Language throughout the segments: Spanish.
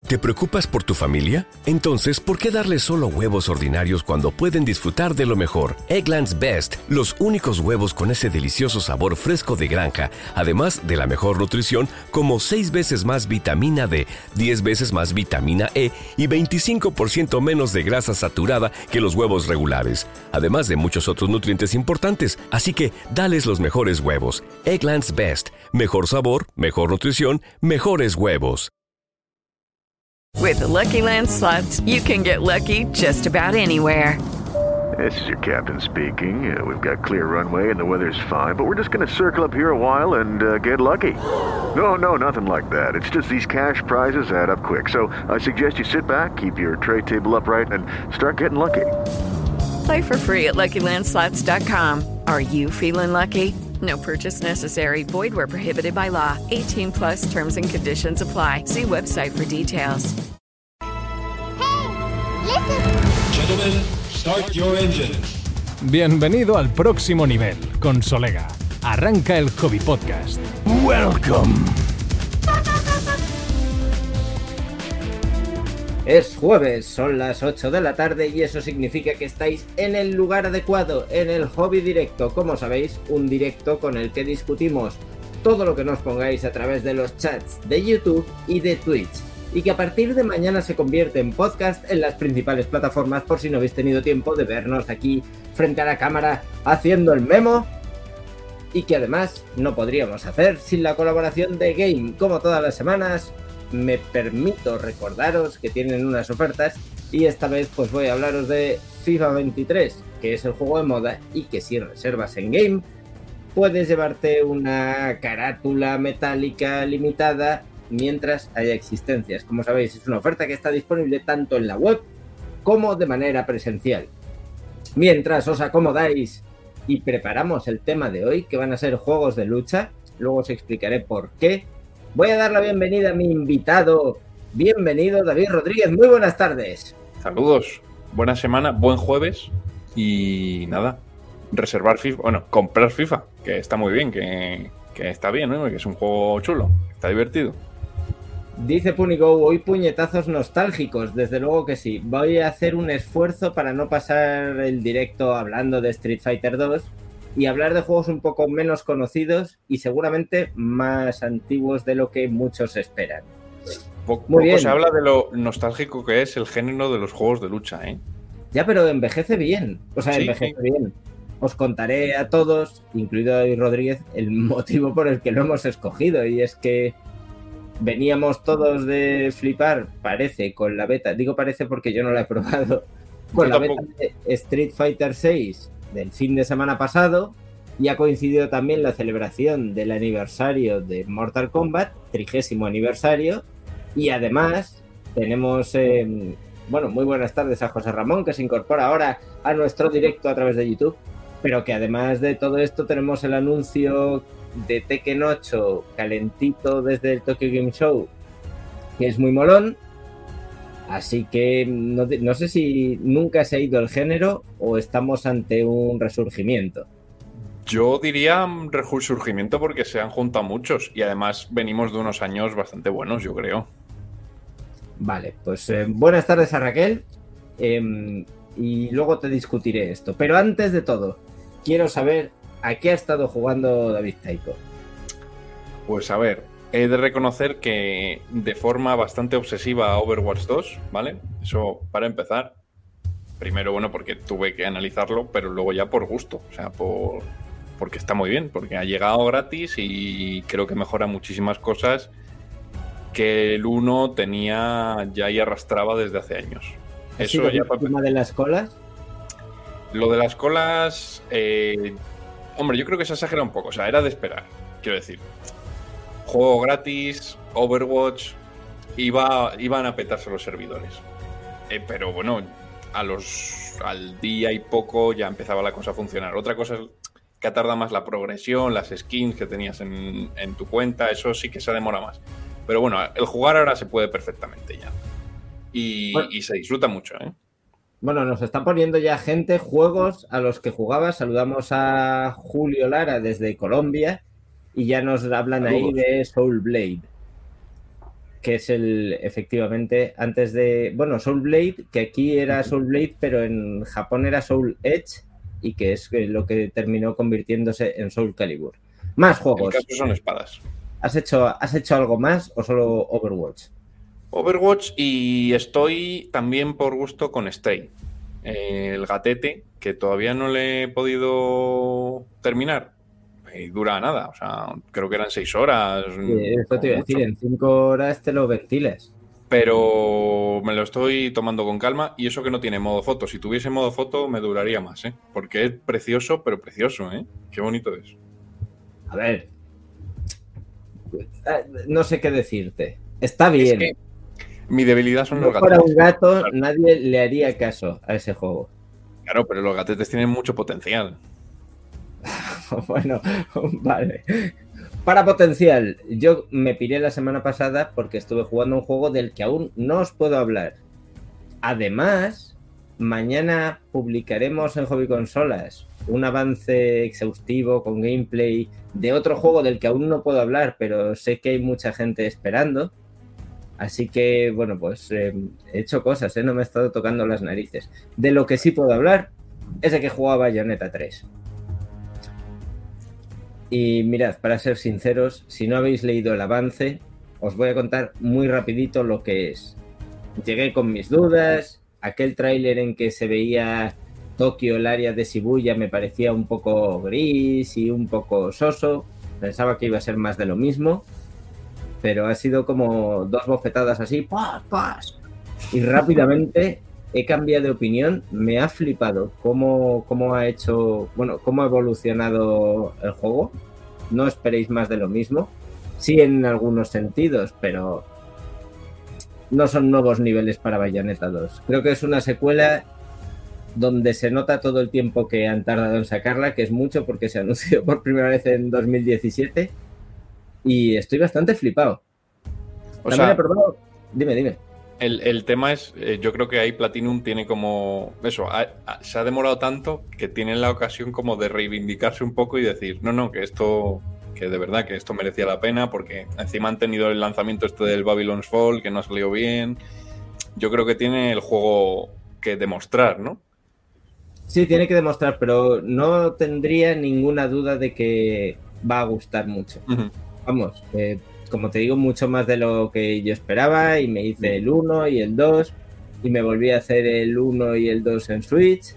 ¿Te preocupas por tu familia? Entonces, ¿por qué darles solo huevos ordinarios cuando pueden disfrutar de lo mejor? Eggland's Best, los únicos huevos con ese delicioso sabor fresco de granja, además de la mejor nutrición, como 6 veces más vitamina D, 10 veces más vitamina E y 25% menos de grasa saturada que los huevos regulares, además de muchos otros nutrientes importantes. Así que, dales los mejores huevos. Eggland's Best, mejor sabor, mejor nutrición, mejores huevos. With the Lucky Land Slots, you can get lucky just about anywhere. This is your captain speaking. We've got clear runway and the weather's fine, but we're just going to circle up here a while and get lucky. No, nothing like that. It's just these cash prizes add up quick. So I suggest you sit back, keep your tray table upright, and start getting lucky. Play for free at LuckyLandSlots.com. Are you feeling lucky? No purchase necessary. Void where prohibited by law. 18 plus terms and conditions apply. See website for details. Gentlemen, start your engines. Bienvenido al próximo nivel con Solega. Arranca el Hobby Podcast. Welcome. Es jueves, son las 8 de la tarde y eso significa que estáis en el lugar adecuado, en el Hobby Directo. Como sabéis, un directo con el que discutimos todo lo que nos pongáis a través de los chats de YouTube y de Twitch. Y que a partir de mañana se convierte en podcast en las principales plataformas por si no habéis tenido tiempo de vernos aquí frente a la cámara haciendo el memo. Y que además no podríamos hacer sin la colaboración de Game. Como todas las semanas, me permito recordaros que tienen unas ofertas y esta vez pues voy a hablaros de FIFA 23, que es el juego de moda y que si reservas en Game puedes llevarte una carátula metálica limitada mientras haya existencias. Como sabéis, es una oferta que está disponible tanto en la web como de manera presencial. Mientras os acomodáis y preparamos el tema de hoy, que van a ser juegos de lucha, luego os explicaré por qué. Voy a dar la bienvenida a mi invitado. Bienvenido, David Rodríguez. Muy buenas tardes. Saludos. Buena semana, buen jueves. Y nada, reservar FIFA, bueno, comprar FIFA, que está muy bien, que está bien, ¿no? Que es un juego chulo, está divertido. Dice Punigo, hoy puñetazos nostálgicos, desde luego que sí. Voy a hacer un esfuerzo para no pasar el directo hablando de Street Fighter 2 y hablar de juegos un poco menos conocidos y seguramente más antiguos de lo que muchos esperan. Poco se habla de lo nostálgico que es el género de los juegos de lucha, ¿eh? Ya, pero envejece bien. O sea, sí, envejece bien. Os contaré a todos, incluido David Rodríguez, el motivo por el que lo hemos escogido. Y es que veníamos todos de flipar, parece, con la beta. Digo parece porque yo no la he probado. Con la beta de Street Fighter 6 del fin de semana pasado, y ha coincidido también la celebración del aniversario de Mortal Kombat, 30º aniversario, y además tenemos, muy buenas tardes a José Ramón, que se incorpora ahora a nuestro directo a través de YouTube, pero que además de todo esto tenemos el anuncio de Tekken 8 calentito desde el Tokyo Game Show, que es muy molón. Así que no sé si nunca se ha ido el género o estamos ante un resurgimiento. Yo diría resurgimiento porque se han juntado muchos y además venimos de unos años bastante buenos, yo creo. Vale, pues buenas tardes a Raquel y luego te discutiré esto. Pero antes de todo, quiero saber a qué ha estado jugando David Taiko. Pues a ver, he de reconocer que de forma bastante obsesiva a Overwatch 2, ¿vale? Eso para empezar. Primero, bueno, porque tuve que analizarlo, pero luego ya por gusto. O sea, porque está muy bien, porque ha llegado gratis y creo que mejora muchísimas cosas que el 1 tenía ya y arrastraba desde hace años. Eso ya para... ¿El tema de las colas? Lo de las colas, hombre, yo creo que se exagera un poco. O sea, era de esperar, quiero decir. Juego gratis, Overwatch, iban a petarse los servidores. Pero bueno, al día y poco ya empezaba la cosa a funcionar. Otra cosa es que tarda más la progresión, las skins que tenías en tu cuenta, eso sí que se demora más. Pero bueno, el jugar ahora se puede perfectamente ya. Y se disfruta mucho, ¿eh? Bueno, nos están poniendo ya gente juegos a los que jugabas. Saludamos a Julio Lara desde Colombia. Y ya nos hablan ahí de Soul Blade. que es efectivamente, antes de, Soul Blade, que aquí era Soul Blade, pero en Japón era Soul Edge, y que es lo que terminó convirtiéndose en Soul Calibur. Más juegos. El caso son espadas. ¿Has hecho algo más o solo Overwatch? Overwatch, y estoy también por gusto con Stray. El gatete, que todavía no le he podido terminar. Y dura nada, o sea, creo que eran 6 horas. Esto te iba a decir, en 5 horas te lo ventiles. Pero me lo estoy tomando con calma, y eso que no tiene modo foto. Si tuviese modo foto me duraría más, porque es precioso, pero precioso, qué bonito es. A ver, no sé qué decirte. Está bien. Es que mi debilidad son los gatos. Para un gato, claro, nadie le haría caso a ese juego. Claro, pero los gatetes tienen mucho potencial. Bueno, vale. Para potencial, yo me piré la semana pasada porque estuve jugando un juego del que aún no os puedo hablar. Además, mañana publicaremos en Hobby Consolas un avance exhaustivo con gameplay de otro juego del que aún no puedo hablar, pero sé que hay mucha gente esperando. Así que, bueno, pues he hecho cosas, no me he estado tocando las narices. De lo que sí puedo hablar es de que jugaba Bayonetta 3. Y mirad, para ser sinceros, si no habéis leído el avance, os voy a contar muy rapidito lo que es. Llegué con mis dudas, aquel tráiler en que se veía Tokio, el área de Shibuya, me parecía un poco gris y un poco soso. Pensaba que iba a ser más de lo mismo, pero ha sido como 2 bofetadas así, ¡pas, pas! Y rápidamente he cambiado de opinión. Me ha flipado cómo ha evolucionado el juego. No esperéis más de lo mismo. Sí, en algunos sentidos, pero no son nuevos niveles para Bayonetta 2. Creo que es una secuela donde se nota todo el tiempo que han tardado en sacarla, que es mucho porque se anunció por primera vez en 2017, y estoy bastante flipado. También he probado... Dime. El tema es, yo creo que ahí Platinum tiene como... Eso, se ha demorado tanto que tienen la ocasión como de reivindicarse un poco y decir, no, que esto... Que de verdad que esto merecía la pena, porque encima han tenido el lanzamiento del Babylon's Fall, que no ha salido bien. Yo creo que tiene el juego que demostrar, ¿no? Sí, tiene que demostrar, pero no tendría ninguna duda de que va a gustar mucho. Uh-huh. Vamos, como te digo, mucho más de lo que yo esperaba, y me hice el 1 y el 2, y me volví a hacer el 1 y el 2 en Switch,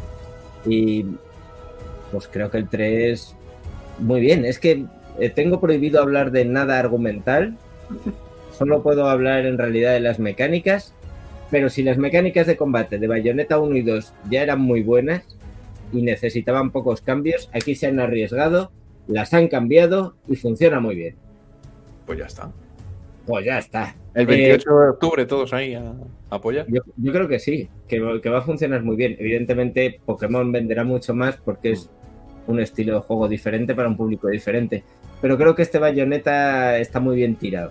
y pues creo que el 3 muy bien. Es que tengo prohibido hablar de nada argumental, solo puedo hablar en realidad de las mecánicas, pero si las mecánicas de combate de Bayonetta 1 y 2 ya eran muy buenas y necesitaban pocos cambios, aquí se han arriesgado, las han cambiado y funciona muy bien. Pues ya está. El 28 de octubre todos ahí a apoyar. Yo creo que sí, que va a funcionar muy bien. Evidentemente Pokémon venderá mucho más porque es un estilo de juego diferente para un público diferente, pero creo que este Bayonetta está muy bien tirado.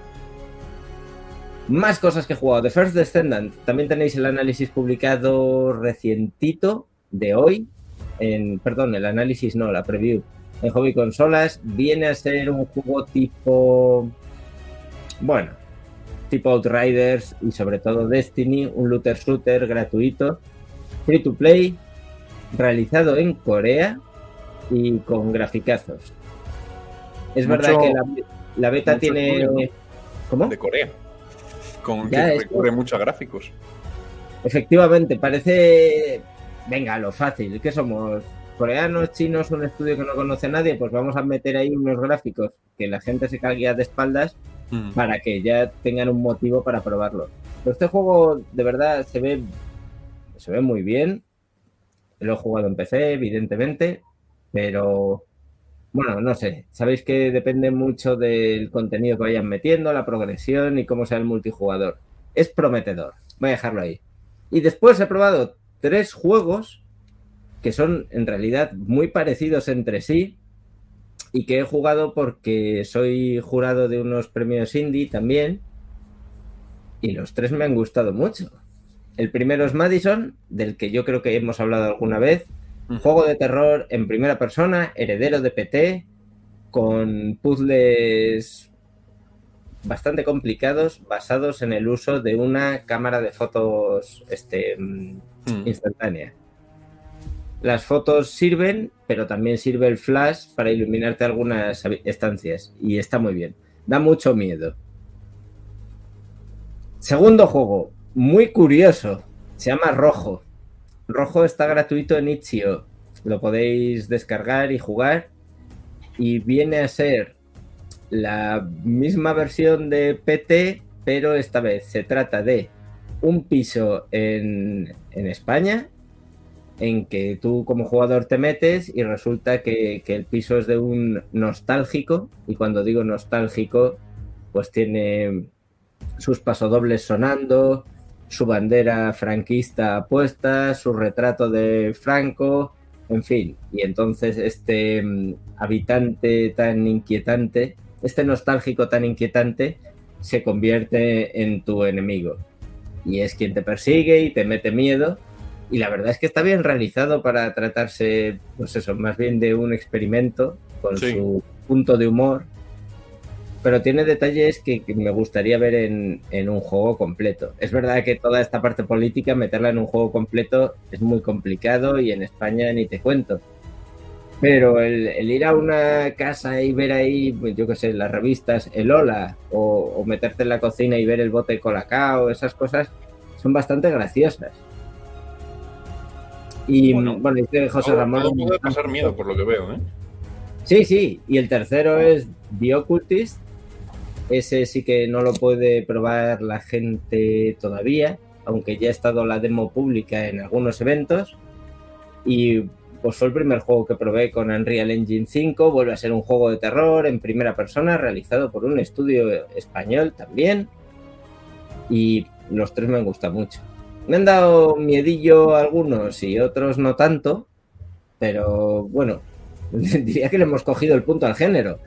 Más cosas que he jugado. The First Descendant, también tenéis el análisis publicado recientito de hoy, la preview en Hobby Consolas. Viene a ser un juego tipo Outriders y sobre todo Destiny, un looter shooter gratuito, free to play, realizado en Corea y con graficazos. Es verdad que la beta tiene... Estudio, ¿no? ¿Cómo? De Corea. Que recurre mucho a gráficos. Efectivamente, parece... Venga, lo fácil. ¿Qué somos? ¿Coreanos, chinos, un estudio que no conoce a nadie? Pues vamos a meter ahí unos gráficos que la gente se caiga de espaldas para que ya tengan un motivo para probarlo. Pero este juego, de verdad, se ve muy bien. Lo he jugado en PC, evidentemente, pero... Bueno, no sé, sabéis que depende mucho del contenido que vayan metiendo, la progresión y cómo sea el multijugador. Es prometedor, voy a dejarlo ahí. Y después he probado 3 juegos que son en realidad muy parecidos entre sí y que he jugado porque soy jurado de unos premios indie también, y los 3 me han gustado mucho. El primero es Madison, del que yo creo que hemos hablado alguna vez. Juego de terror en primera persona, heredero de PT, con puzzles bastante complicados basados en el uso de una cámara de fotos instantánea. Las fotos sirven, pero también sirve el flash para iluminarte algunas estancias y está muy bien. Da mucho miedo. Segundo juego, muy curioso, se llama Rojo. Rojo está gratuito en Itch.io, lo podéis descargar y jugar y viene a ser la misma versión de PT, pero esta vez se trata de un piso en España en que tú como jugador te metes y resulta que el piso es de un nostálgico, y cuando digo nostálgico pues tiene sus pasodobles sonando, su bandera franquista puesta, su retrato de Franco, en fin. Y entonces este habitante tan inquietante, este nostálgico tan inquietante, se convierte en tu enemigo. Y es quien te persigue y te mete miedo. Y la verdad es que está bien realizado para tratarse, pues eso, más bien de un experimento con su punto de humor. Pero tiene detalles que me gustaría ver en un juego completo. Es verdad que toda esta parte política, meterla en un juego completo es muy complicado y en España ni te cuento. Pero el ir a una casa y ver ahí, pues yo qué sé, las revistas, el Hola, o meterte en la cocina y ver el bote de Colacao, esas cosas son bastante graciosas. Y bueno, dice José Ramón... No puede pasar miedo por lo que veo, ¿eh? Sí, y el tercero es The Occultist. Ese sí que no lo puede probar la gente todavía, aunque ya ha estado la demo pública en algunos eventos. Y pues fue el primer juego que probé con Unreal Engine 5. Vuelve a ser un juego de terror en primera persona, realizado por un estudio español también. Y los tres me han gustado mucho. Me han dado miedillo algunos y otros no tanto, pero bueno, diría que le hemos cogido el punto al género.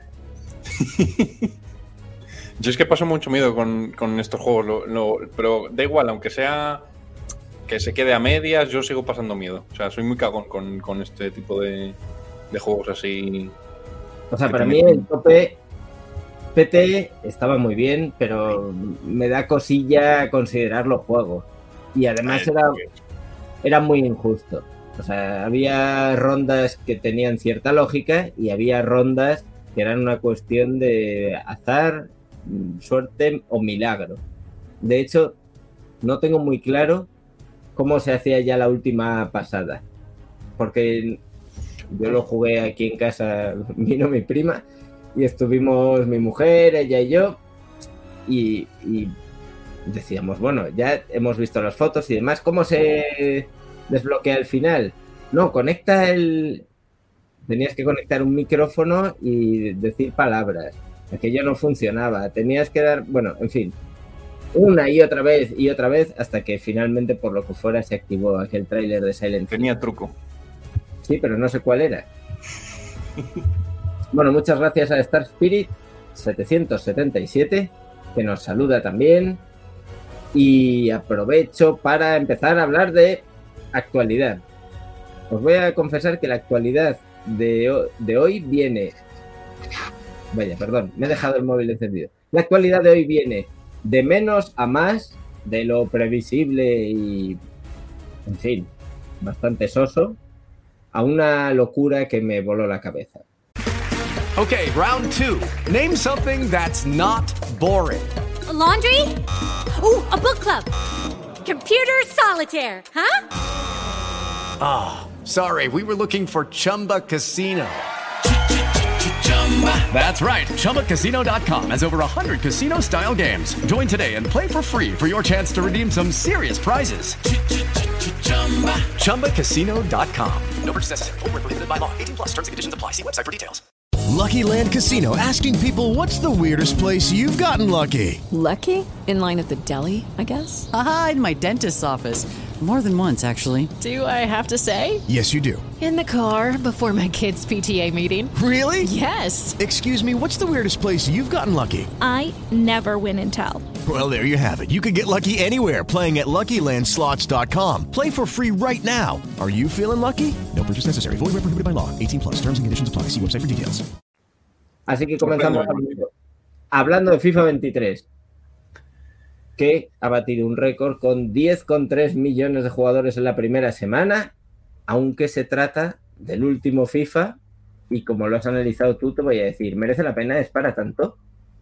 Yo es que paso mucho miedo con estos juegos, pero da igual, aunque sea que se quede a medias, yo sigo pasando miedo. O sea, soy muy cagón con este tipo de juegos así. O sea, para mí el tope PT estaba muy bien, pero me da cosilla considerarlo juego. Y además era muy injusto. O sea, había rondas que tenían cierta lógica y había rondas que eran una cuestión de azar, suerte o milagro. De hecho, no tengo muy claro cómo se hacía ya la última pasada. Porque yo lo jugué aquí en casa, vino mi prima y estuvimos mi mujer, ella y yo y decíamos, bueno, ya hemos visto las fotos y demás, ¿cómo se desbloquea el final? No, tenías que conectar un micrófono y decir palabras. Aquello no funcionaba, tenías que dar, bueno, en fin, una y otra vez hasta que finalmente, por lo que fuera, se activó aquel tráiler de Silent Hill. Tenía truco. Sí, pero no sé cuál era. Bueno, muchas gracias a Star Spirit 777, que nos saluda también. Y aprovecho para empezar a hablar de actualidad. Os voy a confesar que la actualidad de hoy viene... Vaya, perdón, me he dejado el móvil encendido. La actualidad de hoy viene de menos a más, de lo previsible y, en fin, bastante soso, a una locura que me voló la cabeza. Okay, round 2. Name something that's not boring. A laundry? Ooh, a book club. Computer solitaire, huh? Ah, sorry, we were looking for Chumba Casino. That's right, ChumbaCasino.com has over 100 casino-style games. Join today and play for free for your chance to redeem some serious prizes. ChumbaCasino.com. No purchase necessary. Void where prohibited by law. 18+ terms and conditions apply. See website for details. Lucky Land Casino, asking people, what's the weirdest place you've gotten lucky? Lucky? In line at the deli, I guess? Aha, in my dentist's office. More than once, actually. Do I have to say? Yes, you do. In the car before my kids' PTA meeting. Really? Yes. Excuse me, what's the weirdest place you've gotten lucky? I never win and tell. Well, there you have it. You can get lucky anywhere, playing at LuckyLandSlots.com. Play for free right now. Are you feeling lucky? No purchase necessary. Void where prohibited by law. 18+. Terms and conditions apply. See website for details. Así que comenzamos. Hablando de FIFA 23, que ha batido un récord con 10,3 millones de jugadores en la primera semana, aunque se trata del último FIFA, y como lo has analizado tú, te voy a decir, ¿merece la pena? ¿Es para tanto?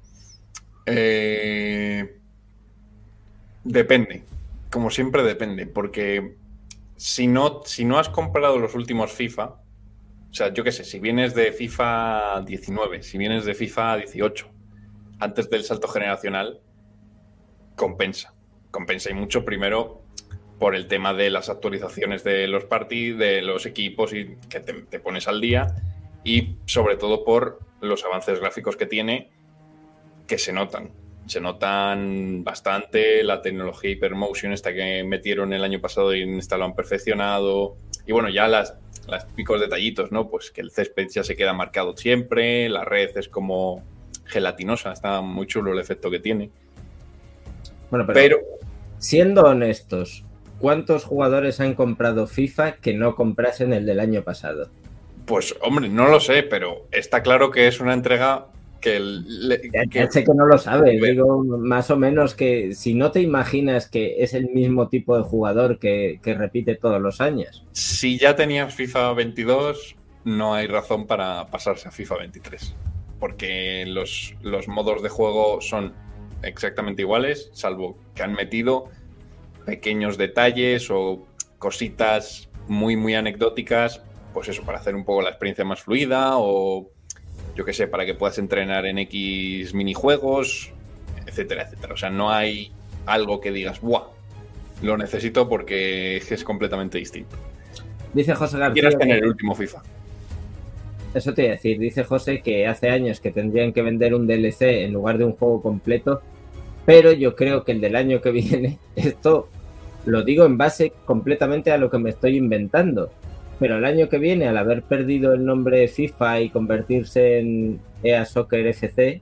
Depende, como siempre depende, porque si no has comprado los últimos FIFA, o sea, yo qué sé, si vienes de FIFA 19, si vienes de FIFA 18, antes del salto generacional, compensa y mucho, primero por el tema de las actualizaciones de los partidos, de los equipos, y que te pones al día, y sobre todo por los avances gráficos que tiene, que se notan bastante. La tecnología Hypermotion esta que metieron el año pasado y en esta lo han perfeccionado, y bueno, ya las picos detallitos, ¿no? Pues que el césped ya se queda marcado siempre, la red es como gelatinosa, está muy chulo el efecto que tiene. Bueno, pero siendo honestos, ¿cuántos jugadores han comprado FIFA que no comprasen el del año pasado? Pues, hombre, no lo sé, pero está claro que es una entrega que... Ya sé que no lo sabes, digo más o menos que si no te imaginas que es el mismo tipo de jugador que repite todos los años. Si ya tenías FIFA 22, no hay razón para pasarse a FIFA 23, porque los modos de juego son exactamente iguales, salvo que han metido pequeños detalles o cositas muy, muy anecdóticas, pues eso, para hacer un poco la experiencia más fluida, o yo qué sé, para que puedas entrenar en X minijuegos, etcétera, etcétera. O sea, no hay algo que digas, ¡buah! Lo necesito porque es completamente distinto. Dice José García... Quieres tener el último FIFA. Eso te iba a decir, dice José que hace años que tendrían que vender un DLC en lugar de un juego completo, pero yo creo que el del año que viene, esto lo digo en base completamente a lo que me estoy inventando, pero el año que viene, al haber perdido el nombre de FIFA y convertirse en EA Soccer FC,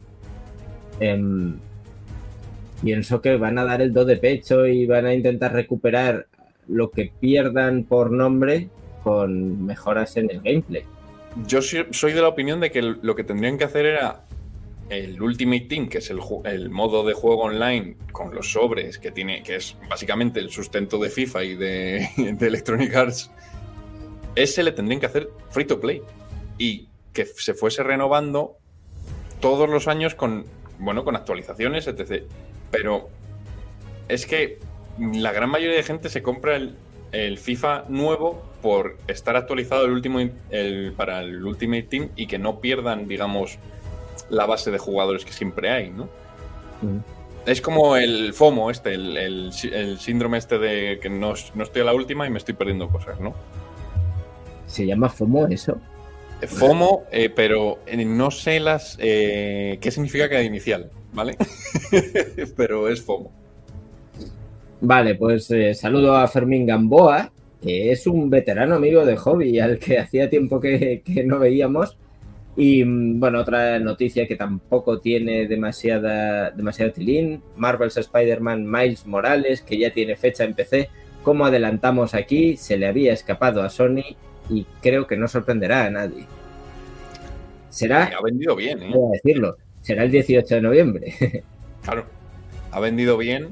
pienso que van a dar el do de pecho y van a intentar recuperar lo que pierdan por nombre con mejoras en el gameplay. Yo soy de la opinión de que lo que tendrían que hacer era el Ultimate Team, que es el modo de juego online con los sobres que tiene, que es básicamente el sustento de FIFA y de Electronic Arts. Ese le tendrían que hacer free to play y que se fuese renovando todos los años con actualizaciones, etc. Pero es que la gran mayoría de gente se compra el FIFA nuevo por estar actualizado para el Ultimate Team y que no pierdan, digamos, la base de jugadores que siempre hay, ¿no? Es como el FOMO el síndrome de que no estoy a la última y me estoy perdiendo cosas, ¿no? ¿Se llama FOMO eso? FOMO, pero no sé qué significa cada inicial, ¿vale? Pero es FOMO. Vale, pues saludo a Fermín Gamboa, que es un veterano amigo de hobby al que hacía tiempo que no veíamos. Y bueno, otra noticia que tampoco tiene demasiado tilín: Marvel's Spider-Man Miles Morales, que ya tiene fecha en PC. Como adelantamos aquí, se le había escapado a Sony y creo que no sorprenderá a nadie. Ha vendido bien, ¿eh? Voy a decirlo, será el 18 de noviembre. Claro, ha vendido bien.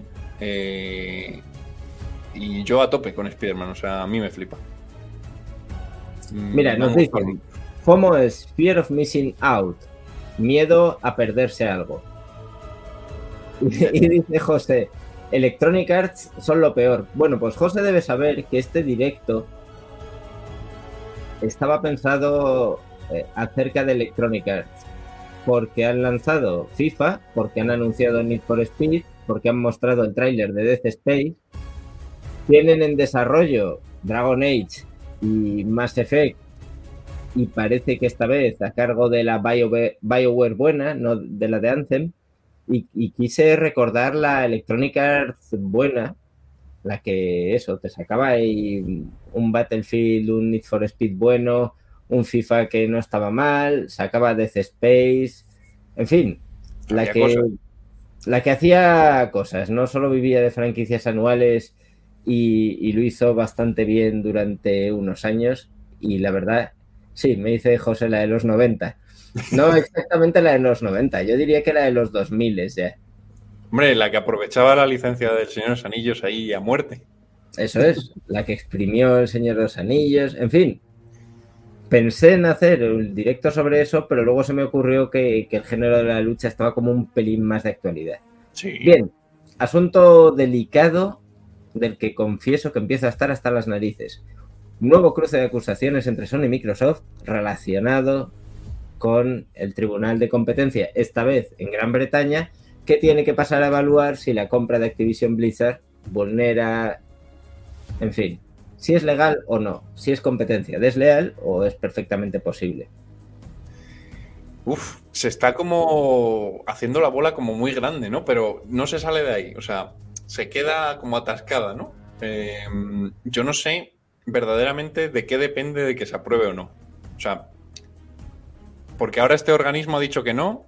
Y yo a tope con Spider-Man, o sea, a mí me flipa. Mira, nos dicen: FOMO es Fear of Missing Out, miedo a perderse algo. Y dice José: Electronic Arts son lo peor. Bueno, pues José debe saber que este directo estaba pensado acerca de Electronic Arts, porque han lanzado FIFA, porque han anunciado Need for Speed, porque han mostrado el tráiler de Dead Space, tienen en desarrollo Dragon Age y Mass Effect, y parece que esta vez a cargo de la BioWare buena, no de la de Anthem, y quise recordar la Electronic Arts buena, la que te sacaba ahí un Battlefield, un Need for Speed bueno, un FIFA que no estaba mal, sacaba Death Space, en fin, la que hacía cosas, no solo vivía de franquicias anuales, y lo hizo bastante bien durante unos años. Y la verdad, sí, me dice José la de los 90. No exactamente la de los 90, yo diría que la de los 2000 ya. Hombre, la que aprovechaba la licencia del Señor de los Anillos ahí a muerte. Eso es, la que exprimió el Señor de los Anillos, en fin. Pensé en hacer un directo sobre eso, pero luego se me ocurrió que el género de la lucha estaba como un pelín más de actualidad. Sí. Bien, asunto delicado del que confieso que empieza a estar hasta las narices. Nuevo cruce de acusaciones entre Sony y Microsoft relacionado con el Tribunal de Competencia, esta vez en Gran Bretaña, que tiene que pasar a evaluar si la compra de Activision Blizzard vulnera, en fin, si es legal o no, si es competencia desleal o es perfectamente posible. Uf, se está como haciendo la bola como muy grande, ¿no? Pero no se sale de ahí, o sea, se queda como atascada, ¿no? Yo no sé verdaderamente de qué depende de que se apruebe o no. O sea, porque ahora este organismo ha dicho que no.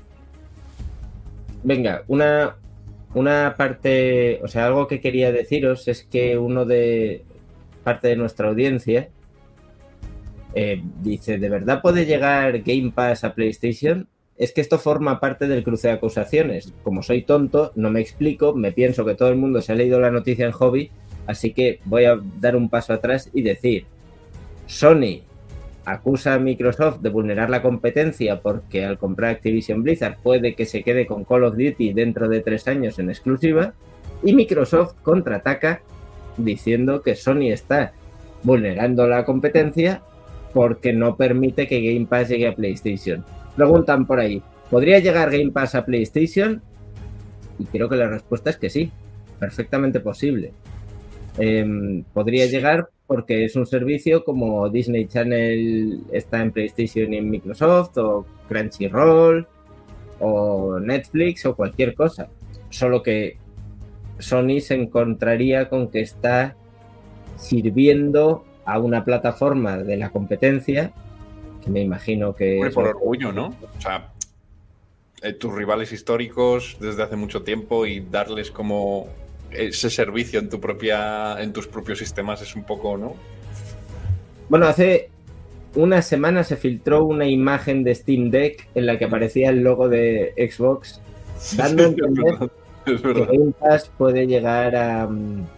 Venga, una parte, o sea, algo que quería deciros es que parte de nuestra audiencia dice, ¿de verdad puede llegar Game Pass a PlayStation? Es que esto forma parte del cruce de acusaciones. Como soy tonto, no me explico, me pienso que todo el mundo se ha leído la noticia en Hobby, así que voy a dar un paso atrás y decir, Sony acusa a Microsoft de vulnerar la competencia porque al comprar Activision Blizzard puede que se quede con Call of Duty dentro de 3 años en exclusiva, y Microsoft contraataca diciendo que Sony está vulnerando la competencia porque no permite que Game Pass llegue a PlayStation. Preguntan por ahí, ¿podría llegar Game Pass a PlayStation? Y creo que la respuesta es que sí, perfectamente posible. Podría llegar porque es un servicio como Disney Channel está en PlayStation y en Microsoft, o Crunchyroll, o Netflix, o cualquier cosa. Solo que Sony se encontraría con que está sirviendo a una plataforma de la competencia, que me imagino que... Hombre, por orgullo, ¿no? O sea, tus rivales históricos desde hace mucho tiempo y darles como ese servicio en tus propios sistemas es un poco, ¿no? Bueno, hace una semana se filtró una imagen de Steam Deck en la que aparecía el logo de Xbox, dando a entender que Game Pass puede llegar a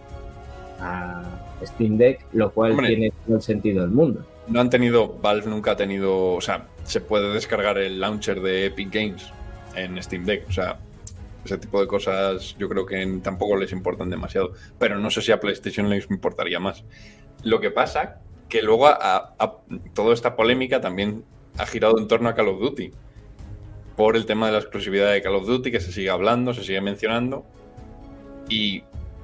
Steam Deck, lo cual tiene todo el sentido del mundo. Valve nunca ha tenido, o sea, se puede descargar el launcher de Epic Games en Steam Deck, o sea, ese tipo de cosas yo creo que tampoco les importan demasiado, pero no sé si a PlayStation les importaría más. Lo que pasa que luego toda esta polémica también ha girado en torno a Call of Duty, por el tema de la exclusividad de Call of Duty, que se sigue hablando, se sigue mencionando, y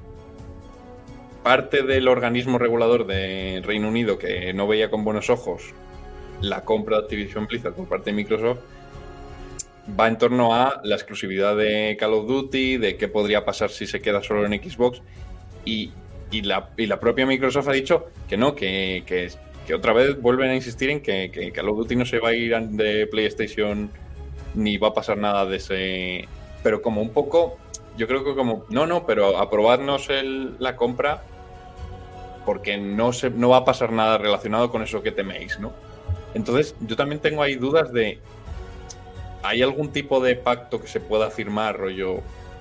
parte del organismo regulador de Reino Unido que no veía con buenos ojos la compra de Activision Blizzard por parte de Microsoft va en torno a la exclusividad de Call of Duty, de qué podría pasar si se queda solo en Xbox, y la propia Microsoft ha dicho que no, que otra vez vuelven a insistir en que Call of Duty no se va a ir de PlayStation ni va a pasar nada de ese... Pero como un poco, yo creo que como, no, pero aprobarnos la compra porque no va a pasar nada relacionado con eso que teméis, ¿no? Entonces, yo también tengo ahí dudas de... ¿Hay algún tipo de pacto que se pueda firmar, rollo?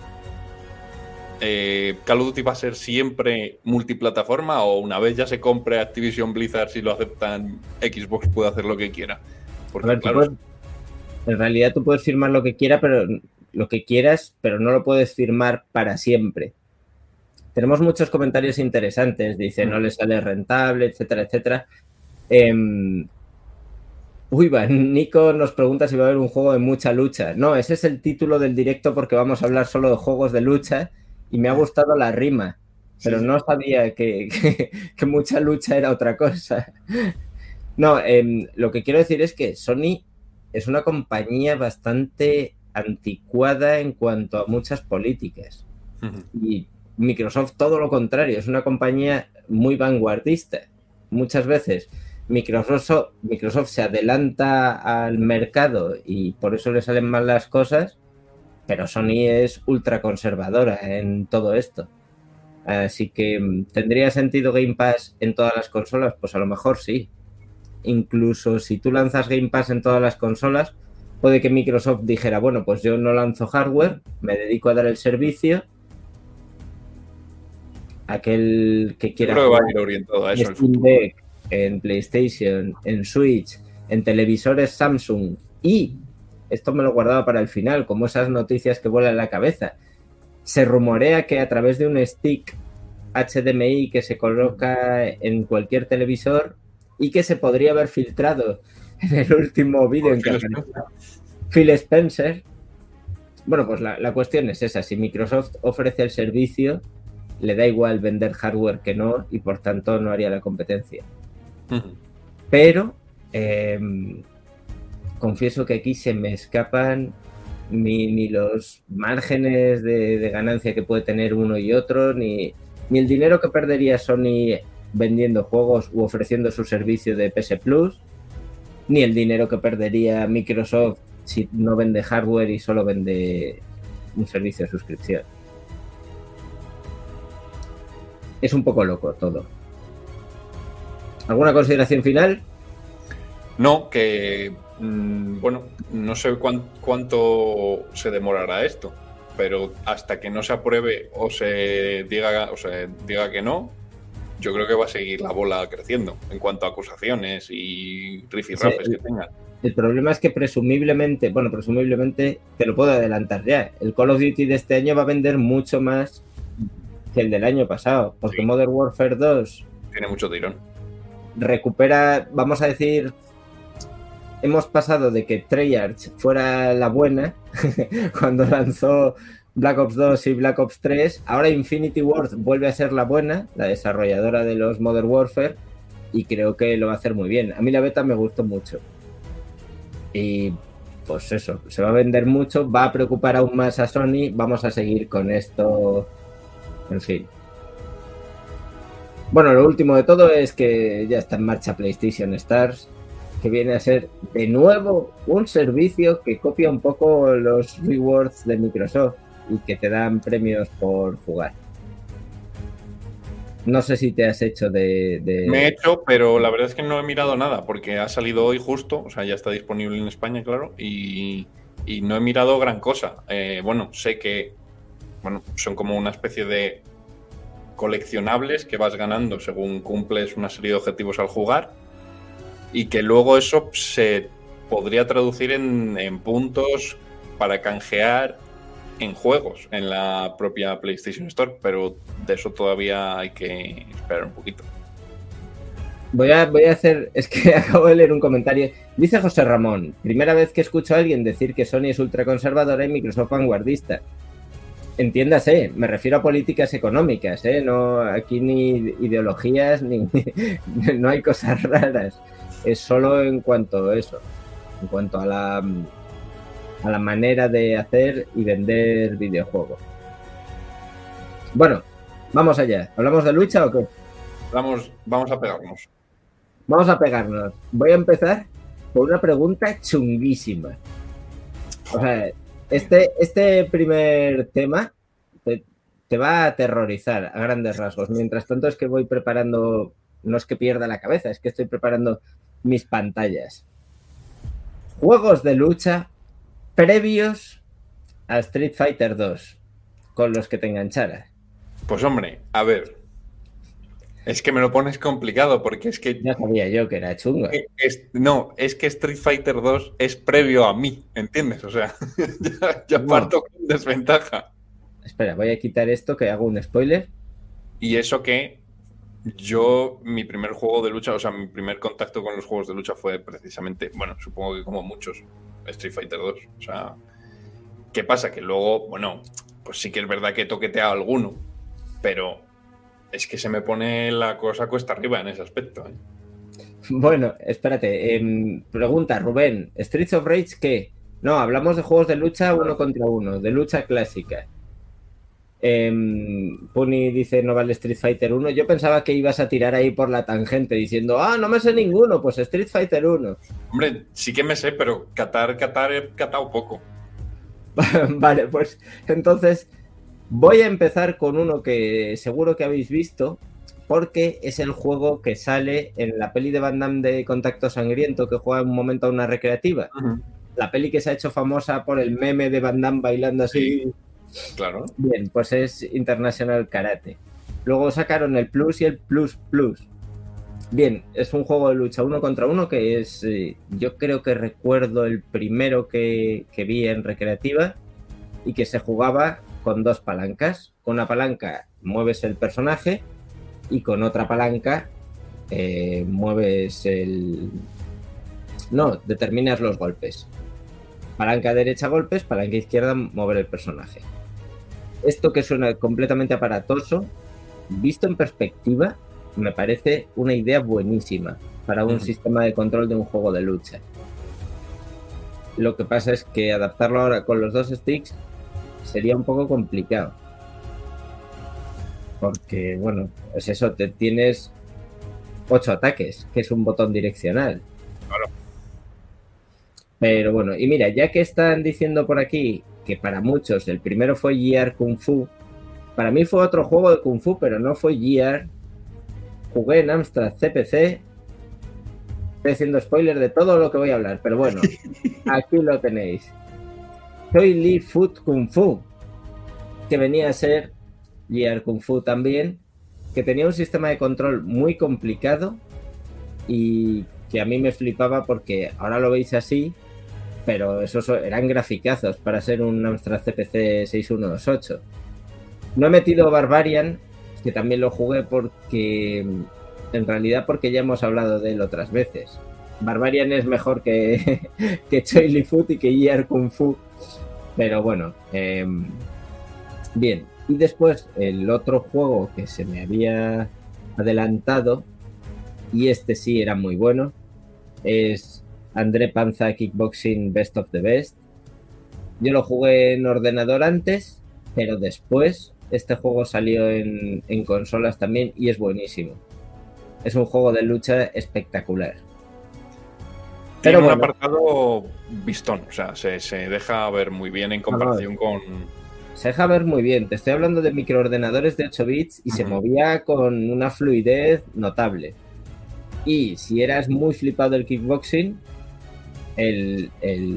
¿Call of Duty va a ser siempre multiplataforma o una vez ya se compre Activision Blizzard, si lo aceptan, Xbox puede hacer lo que quiera? Porque, a ver, claro, en realidad tú puedes firmar lo que quieras, pero no lo puedes firmar para siempre. Tenemos muchos comentarios interesantes, dice, no le sale rentable, etcétera, etcétera. Nico nos pregunta si va a haber un juego de mucha lucha. No, ese es el título del directo porque vamos a hablar solo de juegos de lucha y me ha gustado la rima, pero no sabía que mucha lucha era otra cosa. No, lo que quiero decir es que Sony es una compañía bastante anticuada en cuanto a muchas políticas. Y Microsoft todo lo contrario, es una compañía muy vanguardista. Muchas veces Microsoft se adelanta al mercado y por eso le salen mal las cosas, pero Sony es ultra conservadora en todo esto. Así que ¿tendría sentido Game Pass en todas las consolas? Pues a lo mejor sí. incluso si tú lanzas Game Pass en todas las consolas, puede que Microsoft dijera, bueno, pues yo no lanzo hardware, me dedico a dar el servicio. Aquel que quiera jugar va a ir orientado a eso en Steam Deck, en PlayStation, en Switch, en televisores Samsung, y esto me lo guardaba para el final, como esas noticias que vuelan en la cabeza. Se rumorea que a través de un stick HDMI que se coloca en cualquier televisor y que se podría haber filtrado en el último vídeo en que apareció Phil Spencer. Bueno, pues la cuestión es esa. Si Microsoft ofrece el servicio, le da igual vender hardware que no, y por tanto no haría la competencia. Pero confieso que aquí se me escapan ni los márgenes de ganancia que puede tener uno y otro, ni el dinero que perdería Sony vendiendo juegos u ofreciendo su servicio de PS Plus, ni el dinero que perdería Microsoft si no vende hardware y solo vende un servicio de suscripción. Es un poco loco todo. ¿Alguna consideración final? No, que bueno, no sé cuánto se demorará esto, pero hasta que no se apruebe o se diga que no, yo creo que va a seguir la bola creciendo en cuanto a acusaciones y rifirrafes que tengan. El problema es que presumiblemente te lo puedo adelantar ya, el Call of Duty de este año va a vender mucho más que el del año pasado, porque sí. Modern Warfare 2 tiene mucho tirón. Recupera, vamos a decir, hemos pasado de que Treyarch fuera la buena cuando lanzó Black Ops 2 y Black Ops 3, ahora Infinity Ward vuelve a ser la buena, la desarrolladora de los Modern Warfare, y creo que lo va a hacer muy bien. A mí la beta me gustó mucho. Y pues eso, se va a vender mucho, va a preocupar aún más a Sony, vamos a seguir con esto, en fin. Bueno, lo último de todo es que ya está en marcha PlayStation Stars, que viene a ser de nuevo un servicio que copia un poco los rewards de Microsoft y que te dan premios por jugar. No sé si te has hecho de... Me he hecho, pero la verdad es que no he mirado nada, porque ha salido hoy justo, o sea, ya está disponible en España, claro, y no he mirado gran cosa. Bueno, sé que son como una especie de coleccionables que vas ganando según cumples una serie de objetivos al jugar, y que luego eso se podría traducir en puntos para canjear en juegos en la propia PlayStation Store, pero de eso todavía hay que esperar un poquito. Voy a hacer, es que acabo de leer un comentario. Dice José Ramón, primera vez que escucho a alguien decir que Sony es ultraconservadora y Microsoft vanguardista. Entiéndase, me refiero a políticas económicas, no aquí ni ideologías, ni no hay cosas raras. Es solo en cuanto a eso, en cuanto a la manera de hacer y vender videojuegos. Bueno, vamos allá. ¿Hablamos de lucha o qué? Vamos a pegarnos. Vamos a pegarnos. Voy a empezar con una pregunta chunguísima. O sea, este primer tema te va a aterrorizar a grandes rasgos. Mientras tanto es que voy preparando, no es que pierda la cabeza, es que estoy preparando mis pantallas. Juegos de lucha previos a Street Fighter 2 con los que te engancharas. Pues hombre, a ver, es que me lo pones complicado porque es que... Ya sabía yo que era chungo. Es que Street Fighter 2 es previo a mí, ¿entiendes? O sea, ya parto con desventaja. Espera, voy a quitar esto que hago un spoiler. Y eso que mi primer juego de lucha, o sea, mi primer contacto con los juegos de lucha fue precisamente, bueno, supongo que como muchos, Street Fighter 2. O sea, ¿qué pasa? Que luego, bueno, pues sí que es verdad que he toqueteado alguno, pero es que se me pone la cosa cuesta arriba en ese aspecto. Bueno, espérate. Pregunta, Rubén, ¿Streets of Rage qué? No, hablamos de juegos de lucha uno contra uno, de lucha clásica. Puni dice no vale Street Fighter 1. Yo pensaba que ibas a tirar ahí por la tangente diciendo, no me sé ninguno, pues Street Fighter 1. Hombre, sí que me sé, pero catar he catado poco. Vale, pues entonces voy a empezar con uno que seguro que habéis visto, porque es el juego que sale en la peli de Van Damme de Contacto Sangriento, que juega un momento a una recreativa. La peli que se ha hecho famosa por el meme de Van Damme bailando así. Claro. Bien, pues es International Karate. Luego sacaron el Plus y el Plus Plus. Bien, es un juego de lucha 1 contra 1 que es, yo creo que recuerdo el primero que vi en recreativa y que se jugaba con 2 palancas. Con una palanca mueves el personaje y con otra palanca determinas los golpes. Palanca derecha golpes, palanca izquierda mover el personaje. Esto que suena completamente aparatoso, visto en perspectiva, me parece una idea buenísima para un sistema de control de un juego de lucha. Lo que pasa es que adaptarlo ahora con los 2 sticks sería un poco complicado. Porque, bueno, es eso, tienes 8 ataques, que es un botón direccional. Claro. Pero bueno, y mira, ya que están diciendo por aquí que para muchos el primero fue Gear Kung Fu, para mí fue otro juego de Kung Fu, pero no fue Gear. Jugué en Amstrad CPC. Estoy haciendo spoiler de todo lo que voy a hablar, pero bueno, aquí lo tenéis. Choi Li Foot Kung Fu, que venía a ser Gear Kung Fu también, que tenía un sistema de control muy complicado y que a mí me flipaba porque ahora lo veis así, pero esos eran graficazos para ser un Amstrad CPC 6128. No he metido Barbarian, que también lo jugué porque ya hemos hablado de él otras veces. Barbarian es mejor que Choi Li Foot y que Gear Kung Fu, pero bueno, bien. Y después el otro juego que se me había adelantado, y este sí era muy bueno, es André Panza Kickboxing Best of the Best. Yo lo jugué en ordenador antes, pero después este juego salió en consolas también y es buenísimo. Es un juego de lucha espectacular. Tiene un apartado vistón, o sea, se deja ver muy bien en comparación con... Se deja ver muy bien. Te estoy hablando de microordenadores de 8 bits y se movía con una fluidez notable. Y si eras muy flipado del kickboxing, el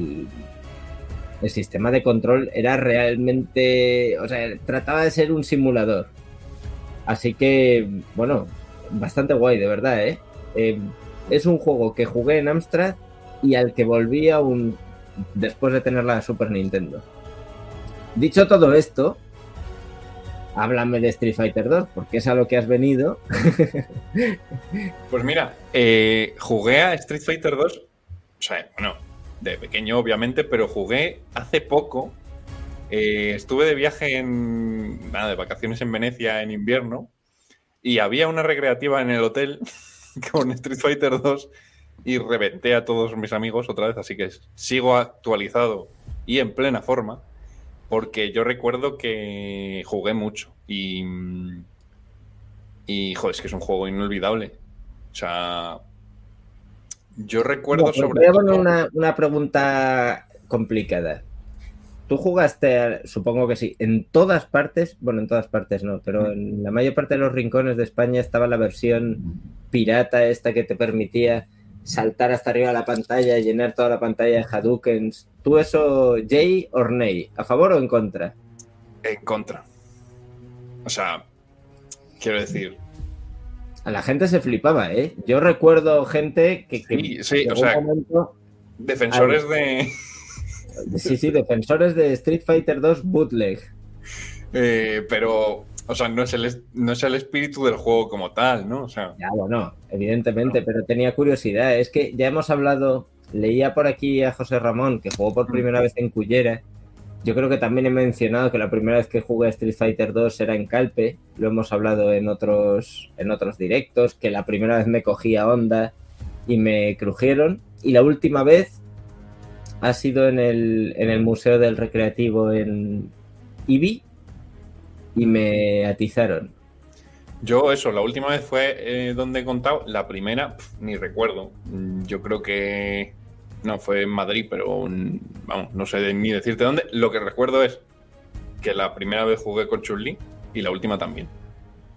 sistema de control era realmente... O sea, trataba de ser un simulador. Así que, bueno, bastante guay, de verdad, ¿eh? Es un juego que jugué en Amstrad y al que volví después de tener la Super Nintendo. Dicho todo esto, háblame de Street Fighter 2, porque es a lo que has venido. Pues mira, jugué a Street Fighter 2, o sea, bueno, de pequeño obviamente, pero jugué hace poco. Estuve de viaje de vacaciones en Venecia en invierno y había una recreativa en el hotel con Street Fighter 2 y reventé a todos mis amigos otra vez, así que sigo actualizado y en plena forma. Porque yo recuerdo que jugué mucho y joder, es que es un juego inolvidable. O sea, yo recuerdo sobre todo... Voy a poner una pregunta complicada. ¿Tú jugaste, supongo que sí, en todas partes? Bueno, en todas partes no, pero en la mayor parte de los rincones de España estaba la versión pirata esta que te permitía saltar hasta arriba de la pantalla y llenar toda la pantalla de Hadoukens. ¿Tú eso, yay or nay? ¿A favor o en contra? En contra. O sea, quiero decir... A la gente se flipaba, ¿eh? Yo recuerdo gente que sí, o sea, defensores de... Sí, defensores de Street Fighter 2 bootleg. Pero... O sea, no es el espíritu del juego como tal, ¿no? O sea... Ya, bueno, evidentemente, pero tenía curiosidad. Es que ya hemos hablado, leía por aquí a José Ramón, que jugó por primera vez en Cullera. Yo creo que también he mencionado que la primera vez que jugué a Street Fighter 2 era en Calpe. Lo hemos hablado en otros directos, que la primera vez me cogía onda y me crujieron. Y la última vez ha sido en el Museo del Recreativo en Ibi. Y me atizaron. Yo la última vez fue donde he contado, la primera, ni recuerdo. Yo creo que no fue en Madrid, pero vamos, no sé ni decirte dónde. Lo que recuerdo es que la primera vez jugué con Chun-Li y la última también.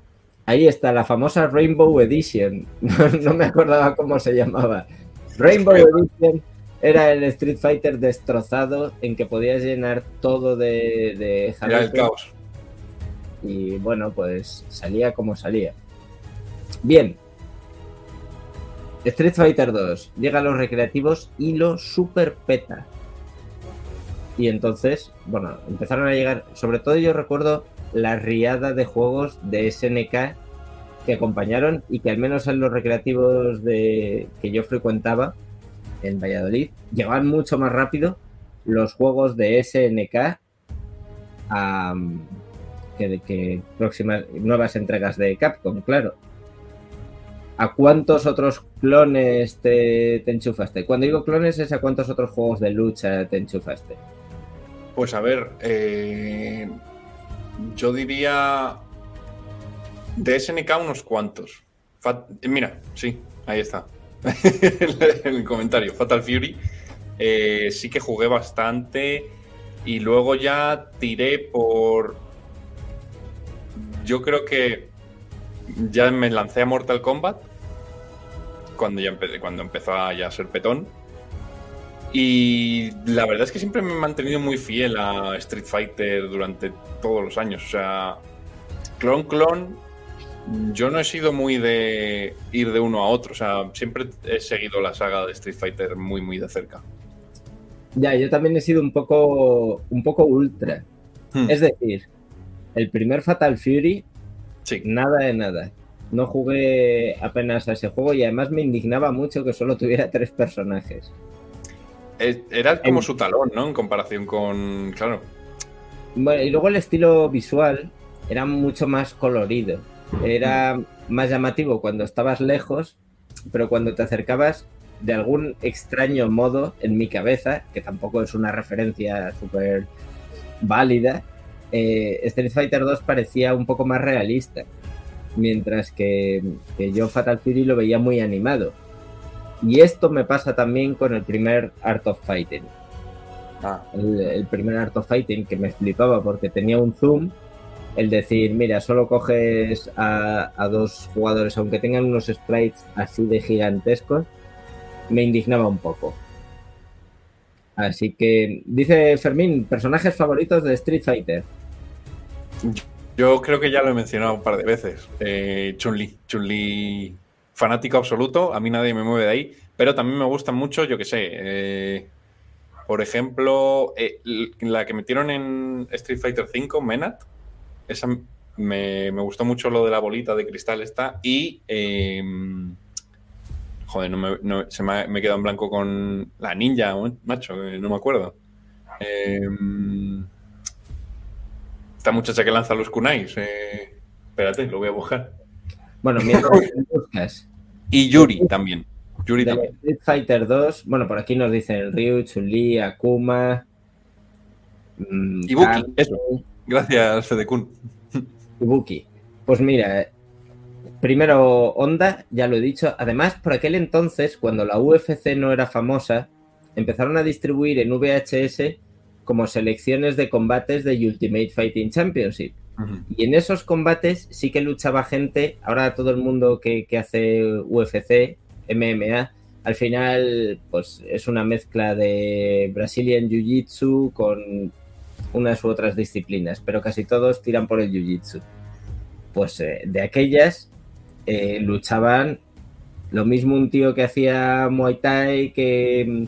Ahí está, la famosa Rainbow Edition. No me acordaba cómo se llamaba. Rainbow Edition era el Street Fighter destrozado en que podías llenar todo de Era el caos. Y bueno, pues salía como salía. Bien. Street Fighter 2 llega a los recreativos y lo super peta. Y entonces, bueno, empezaron a llegar, sobre todo yo recuerdo la riada de juegos de SNK que acompañaron y que al menos en los recreativos que yo frecuentaba en Valladolid, llegaban mucho más rápido los juegos de SNK que próximas nuevas entregas de Capcom, claro. ¿A cuántos otros clones te enchufaste? Cuando digo clones es a cuántos otros juegos de lucha te enchufaste. Pues a ver, yo diría de SNK unos cuantos. Mira, sí, ahí está. El comentario, Fatal Fury. Sí que jugué bastante y luego ya tiré por... Yo creo que ya me lancé a Mortal Kombat cuando empezó a ya ser petón. Y la verdad es que siempre me he mantenido muy fiel a Street Fighter durante todos los años. O sea, clon, yo no he sido muy de ir de uno a otro. O sea, siempre he seguido la saga de Street Fighter muy, muy de cerca. Ya, yo también he sido un poco ultra. Es decir, el primer Fatal Fury, sí. Nada de nada. No jugué apenas a ese juego y además me indignaba mucho que solo tuviera 3 personajes. Era como su talón, ¿no? En comparación con... Claro. Bueno, y luego el estilo visual era mucho más colorido. Era más llamativo cuando estabas lejos, pero cuando te acercabas, de algún extraño modo, en mi cabeza, que tampoco es una referencia súper válida, Street Fighter 2 parecía un poco más realista, mientras que yo Fatal Fury lo veía muy animado. Y esto me pasa también con el primer Art of Fighting. El primer Art of Fighting que me flipaba porque tenía un zoom, el decir, mira, solo coges a 2 jugadores, aunque tengan unos sprites así de gigantescos, me indignaba un poco. Así que, dice Fermín, personajes favoritos de Street Fighter. Yo creo que ya lo he mencionado un par de veces. Chun-Li, fanático absoluto, a mí nadie me mueve de ahí, pero también me gustan mucho, yo que sé, por ejemplo, la que metieron en Street Fighter V, Menat, esa me gustó mucho lo de la bolita de cristal esta, y joder, me he quedado en blanco con la ninja, macho, no me acuerdo. Esta muchacha que lanza los kunais, espérate, lo voy a buscar. Bueno, mientras buscas. Y Yuri también. Yuri también. Street Fighter 2, bueno, por aquí nos dicen Ryu, Chun-Li, Akuma. Ibuki, eso. Gracias, Fedekun. Ibuki. Pues mira, primero Honda, ya lo he dicho. Además, por aquel entonces, cuando la UFC no era famosa, empezaron a distribuir en VHS como selecciones de combates de Ultimate Fighting Championship. Y en esos combates sí que luchaba gente. Ahora todo el mundo que hace UFC, MMA, al final pues es una mezcla de Brazilian Jiu-Jitsu con unas u otras disciplinas, pero casi todos tiran por el Jiu-Jitsu. Pues de aquellas luchaban lo mismo un tío que hacía Muay Thai, que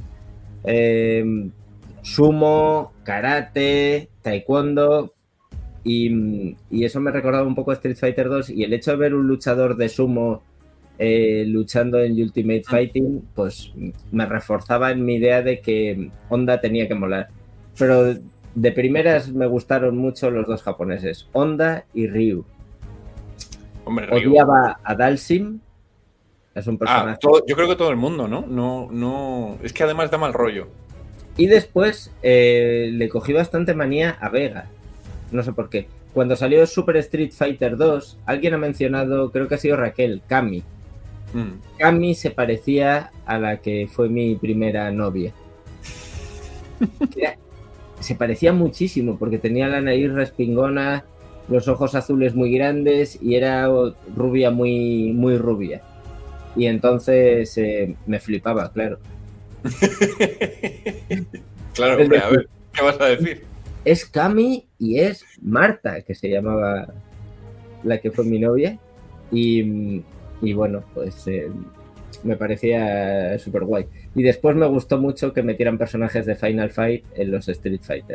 sumo, karate, taekwondo. Y eso me recordaba un poco a Street Fighter 2 y el hecho de ver un luchador de sumo luchando en Ultimate Fighting pues me reforzaba en mi idea de que Honda tenía que molar. Pero de primeras me gustaron mucho los 2 japoneses, Honda y Ryu. Hombre, Ryu. Odiaba a Dalsim, es un personaje. Yo creo que todo el mundo, ¿no? No, es que además da mal rollo. Y después le cogí bastante manía a Vega. No sé por qué. Cuando salió Super Street Fighter 2, alguien ha mencionado, creo que ha sido Raquel, Kami. Kami se parecía a la que fue mi primera novia. Se parecía muchísimo porque tenía la nariz respingona, los ojos azules muy grandes y era rubia muy, muy rubia. Y entonces me flipaba, claro. Claro, hombre, a ver, ¿qué vas a decir? Es Cami y es Marta, que se llamaba la que fue mi novia. Y bueno, pues me parecía súper guay. Y después me gustó mucho que metieran personajes de Final Fight en los Street Fighter.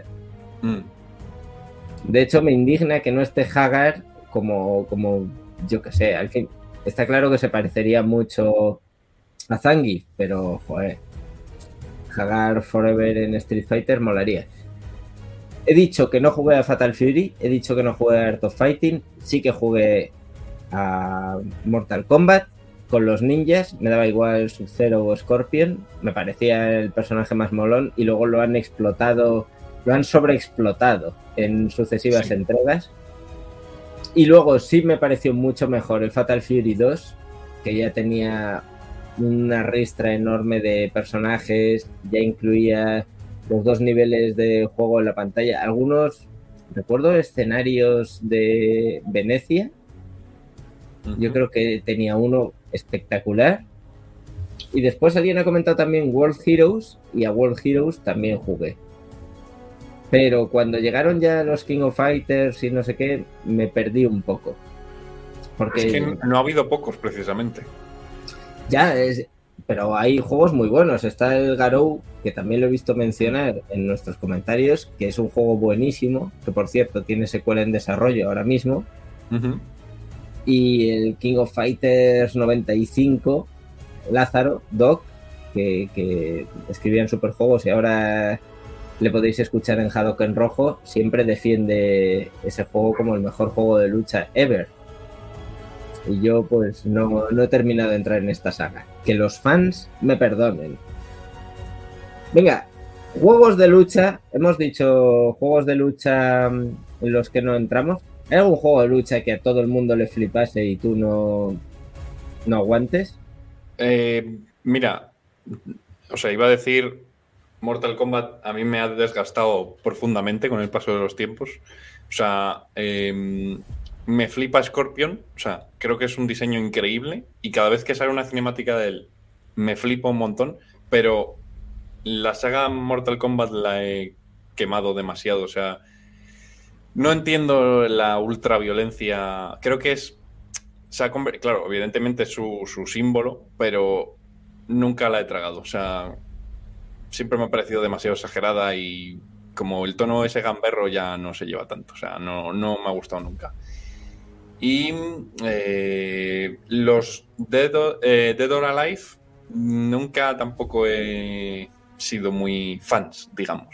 De hecho, me indigna que no esté Hagar como yo que sé, al fin. Está claro que se parecería mucho a Zangief, pero joder, Hagar Forever en Street Fighter molaría. He dicho que no jugué a Fatal Fury, he dicho que no jugué a Art of Fighting, sí que jugué a Mortal Kombat con los ninjas, me daba igual Sub-Zero o Scorpion, me parecía el personaje más molón y luego lo han explotado, lo han sobreexplotado en sucesivas entregas. Y luego sí me pareció mucho mejor el Fatal Fury 2, que ya tenía una ristra enorme de personajes, ya incluía los 2 niveles de juego en la pantalla. Algunos, recuerdo escenarios de Venecia, yo creo que tenía uno espectacular. Y después alguien ha comentado también World Heroes, y a World Heroes también jugué. Pero cuando llegaron ya los King of Fighters y no sé qué, me perdí un poco. Porque es que no ha habido pocos, precisamente. Pero hay juegos muy buenos. Está el Garou, que también lo he visto mencionar en nuestros comentarios, que es un juego buenísimo, que por cierto tiene secuela en desarrollo ahora mismo. Y el King of Fighters 95, Lázaro, Doc, que escribían superjuegos y ahora le podéis escuchar en Hadouken Rojo, siempre defiende ese juego como el mejor juego de lucha ever. Y yo pues no he terminado de entrar en esta saga. Que los fans me perdonen. Venga, juegos de lucha. Hemos dicho juegos de lucha en los que no entramos. ¿Hay algún juego de lucha que a todo el mundo le flipase y tú no aguantes? Mira, o sea, iba a decir Mortal Kombat. A mí me ha desgastado profundamente con el paso de los tiempos. O sea, me flipa Scorpion. O sea, creo que es un diseño increíble y cada vez que sale una cinemática de él me flipa un montón, pero la saga Mortal Kombat la he quemado demasiado. O sea, no entiendo la ultraviolencia. Creo que es... claro, evidentemente es su símbolo, pero nunca la he tragado. O sea, siempre me ha parecido demasiado exagerada y como el tono ese gamberro ya no se lleva tanto. O sea, no me ha gustado nunca. Y los Dead or Alive nunca tampoco he sido muy fans, digamos.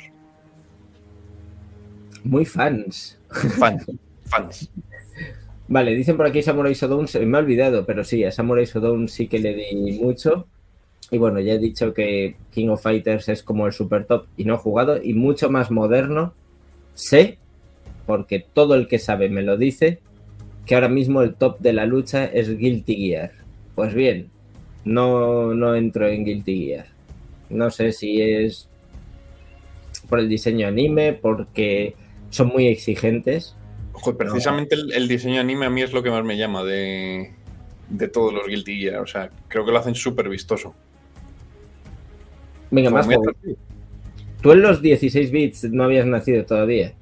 Muy fans. Fans. Vale, dicen por aquí Samurai Shodown, se me ha olvidado, pero sí, a Samurai Shodown sí que le di mucho. Y bueno, ya he dicho que King of Fighters es como el super top y no he jugado, y mucho más moderno. Sé, porque todo el que sabe me lo dice, que ahora mismo el top de la lucha es Guilty Gear. Pues bien, no entro en Guilty Gear. No sé si es por el diseño anime, porque son muy exigentes. Ojo, precisamente el diseño anime a mí es lo que más me llama de todos los Guilty Gear. O sea, creo que lo hacen súper vistoso. Venga, más joven. ¿Tú en los 16 bits no habías nacido todavía?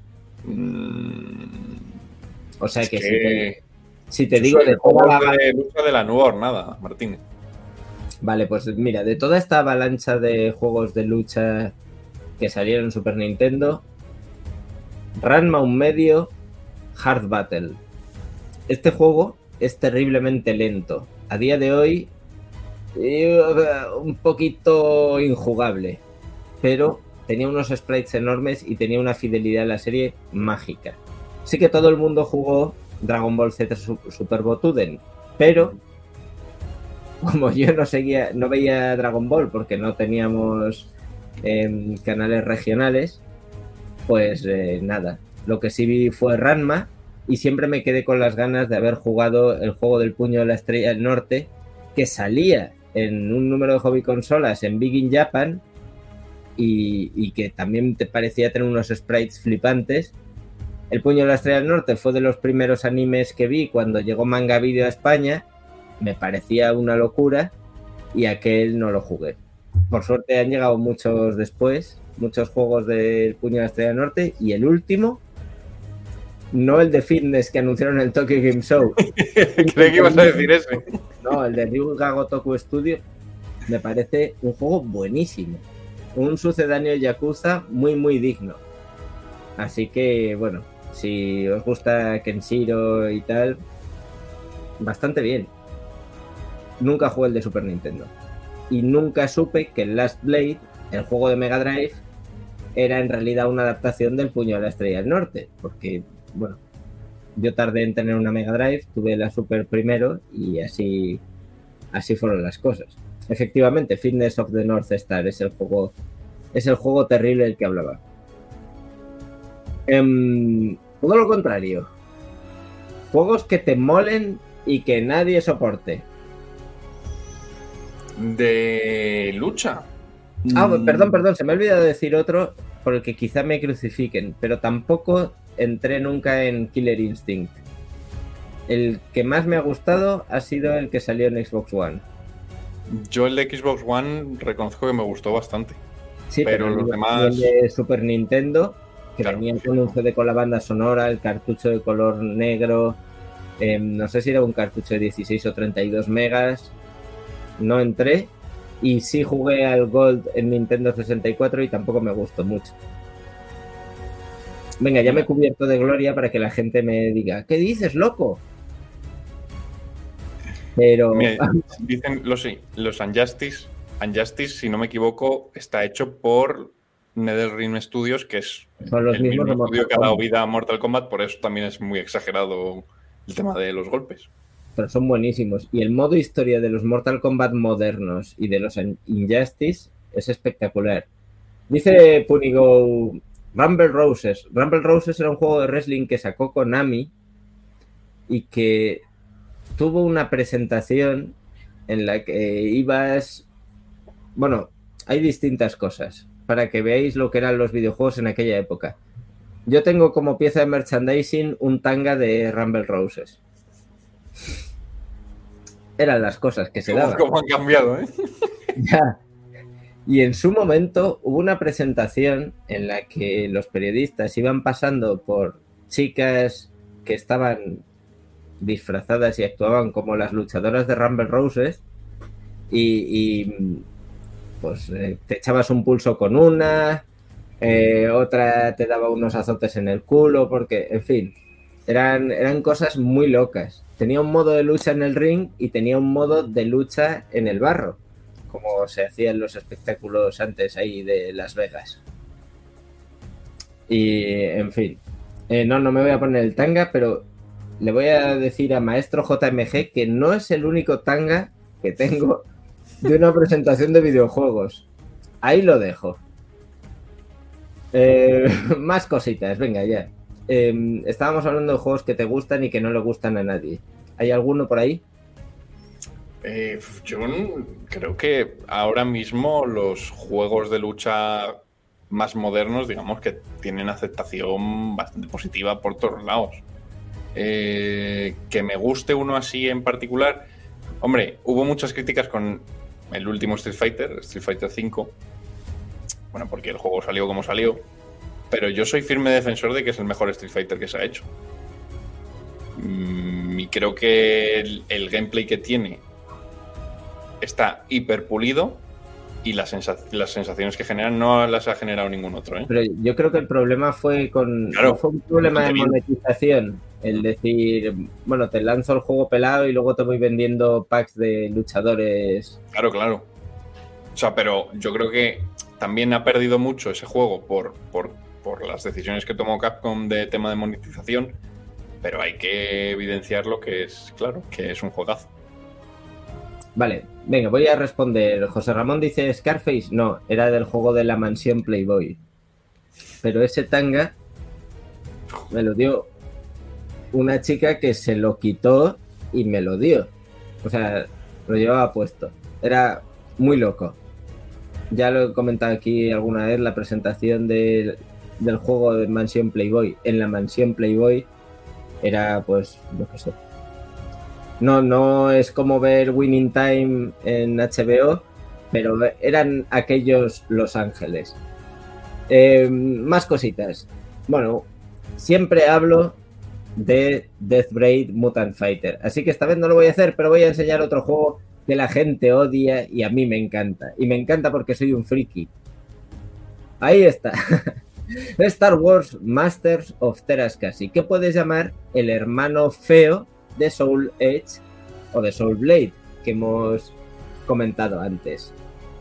O sea que si te digo de toda la lucha de la Nuor, nada, Martín. Vale, pues mira, de toda esta avalancha de juegos de lucha que salieron en Super Nintendo, Ranma un medio, Hard Battle. Este juego es terriblemente lento. A día de hoy, un poquito injugable, pero tenía unos sprites enormes y tenía una fidelidad a la serie mágica. Sí que todo el mundo jugó Dragon Ball Z Super Botuden, pero como yo no veía Dragon Ball porque no teníamos canales regionales, pues nada. Lo que sí vi fue Ranma y siempre me quedé con las ganas de haber jugado el juego del puño de la estrella del norte, que salía en un número de hobby consolas en Big in Japan y que también te parecía tener unos sprites flipantes. El Puño de la Estrella del Norte fue de los primeros animes que vi cuando llegó Manga Video a España. Me parecía una locura y aquel no lo jugué. Por suerte han llegado muchos después, muchos juegos del Puño de la Estrella del Norte, y el último, no el de fitness que anunciaron en el Tokyo Game Show. Creí que ibas a decir ese. No, el de Ryuga Gotoku Studio me parece un juego buenísimo. Un sucedáneo Yakuza muy, muy digno. Así que, bueno, si os gusta Kenshiro y tal, bastante bien. Nunca jugué el de Super Nintendo. Y nunca supe que el Last Blade, el juego de Mega Drive, era en realidad una adaptación del Puño de la Estrella del Norte. Porque, bueno, yo tardé en tener una Mega Drive, tuve la Super primero y así fueron las cosas. Efectivamente, Fitness of the North Star es el juego terrible del que hablaba. Todo lo contrario. Juegos que te molen y que nadie soporte. De lucha. Perdón, se me ha olvidado decir otro por el que quizá me crucifiquen, pero tampoco entré nunca en Killer Instinct. El que más me ha gustado ha sido el que salió en Xbox One. Yo el de Xbox One reconozco que me gustó bastante. Sí, pero los demás... el de Super Nintendo, que claro, venía con un CD con la banda sonora, el cartucho de color negro, no sé si era un cartucho de 16 o 32 megas, no entré, y sí jugué al Gold en Nintendo 64 y tampoco me gustó mucho. Venga, ya me he cubierto de gloria para que la gente me diga, ¿qué dices, loco? Pero... Mira, dicen los Unjustice, si no me equivoco, está hecho por NetherRealm Studios, que es son los el mismos mismo de estudio Mortal que ha dado Kombat. vida a Mortal Kombat, por eso también es muy exagerado el tema de los golpes. Pero son buenísimos. Y el modo historia de los Mortal Kombat modernos y de los Injustice es espectacular. Dice Punigo, Rumble Roses. Rumble Roses era un juego de wrestling que sacó Konami y que tuvo una presentación en la que ibas... Bueno, hay distintas cosas para que veáis lo que eran los videojuegos en aquella época. Yo tengo como pieza de merchandising un tanga de Rumble Roses. Eran las cosas que se daban. ¿Cómo han cambiado, eh? Ya. Y en su momento hubo una presentación en la que los periodistas iban pasando por chicas que estaban disfrazadas y actuaban como las luchadoras de Rumble Roses y pues te echabas un pulso con una, otra te daba unos azotes en el culo, porque, en fin, eran cosas muy locas. Tenía un modo de lucha en el ring y tenía un modo de lucha en el barro, como se hacía en los espectáculos antes ahí de Las Vegas. Y, en fin, no me voy a poner el tanga, pero le voy a decir a Maestro JMG que no es el único tanga que tengo de una presentación de videojuegos. Ahí lo dejo. Más cositas, venga ya. Estábamos hablando de juegos que te gustan y que no le gustan a nadie. ¿Hay alguno por ahí? Yo creo que ahora mismo los juegos de lucha más modernos, digamos que tienen aceptación bastante positiva por todos lados. Que me guste uno así en particular, hombre, hubo muchas críticas con el último Street Fighter 5, bueno, porque el juego salió como salió, pero yo soy firme defensor de que es el mejor Street Fighter que se ha hecho. Y creo que el gameplay que tiene está hiper pulido y las sensaciones que generan no las ha generado ningún otro, ¿eh? Pero yo creo que el problema fue no fue un problema de monetización. El decir, bueno, te lanzo el juego pelado y luego te voy vendiendo packs de luchadores. Claro. O sea, pero yo creo que también ha perdido mucho ese juego por las decisiones que tomó Capcom de tema de monetización, pero hay que evidenciar lo que es, claro, que es un juegazo. Vale, venga, voy a responder. José Ramón dice Scarface. No, era del juego de la mansión Playboy. Pero ese tanga me lo dio una chica que se lo quitó y me lo dio. O sea, lo llevaba puesto. Era muy loco. Ya lo he comentado aquí alguna vez, la presentación de del juego de Mansión Playboy en la Mansión Playboy era, pues, lo que sé. No es como ver Winning Time en HBO, pero eran aquellos Los Ángeles. Más cositas. Bueno, siempre hablo de Deathblade Mutant Fighter, así que esta vez no lo voy a hacer, pero voy a enseñar otro juego que la gente odia y a mí me encanta. Y me encanta porque soy un friki. Ahí está. Star Wars Masters of Terascasi, que puedes llamar el hermano feo de Soul Edge o de Soul Blade, que hemos comentado antes.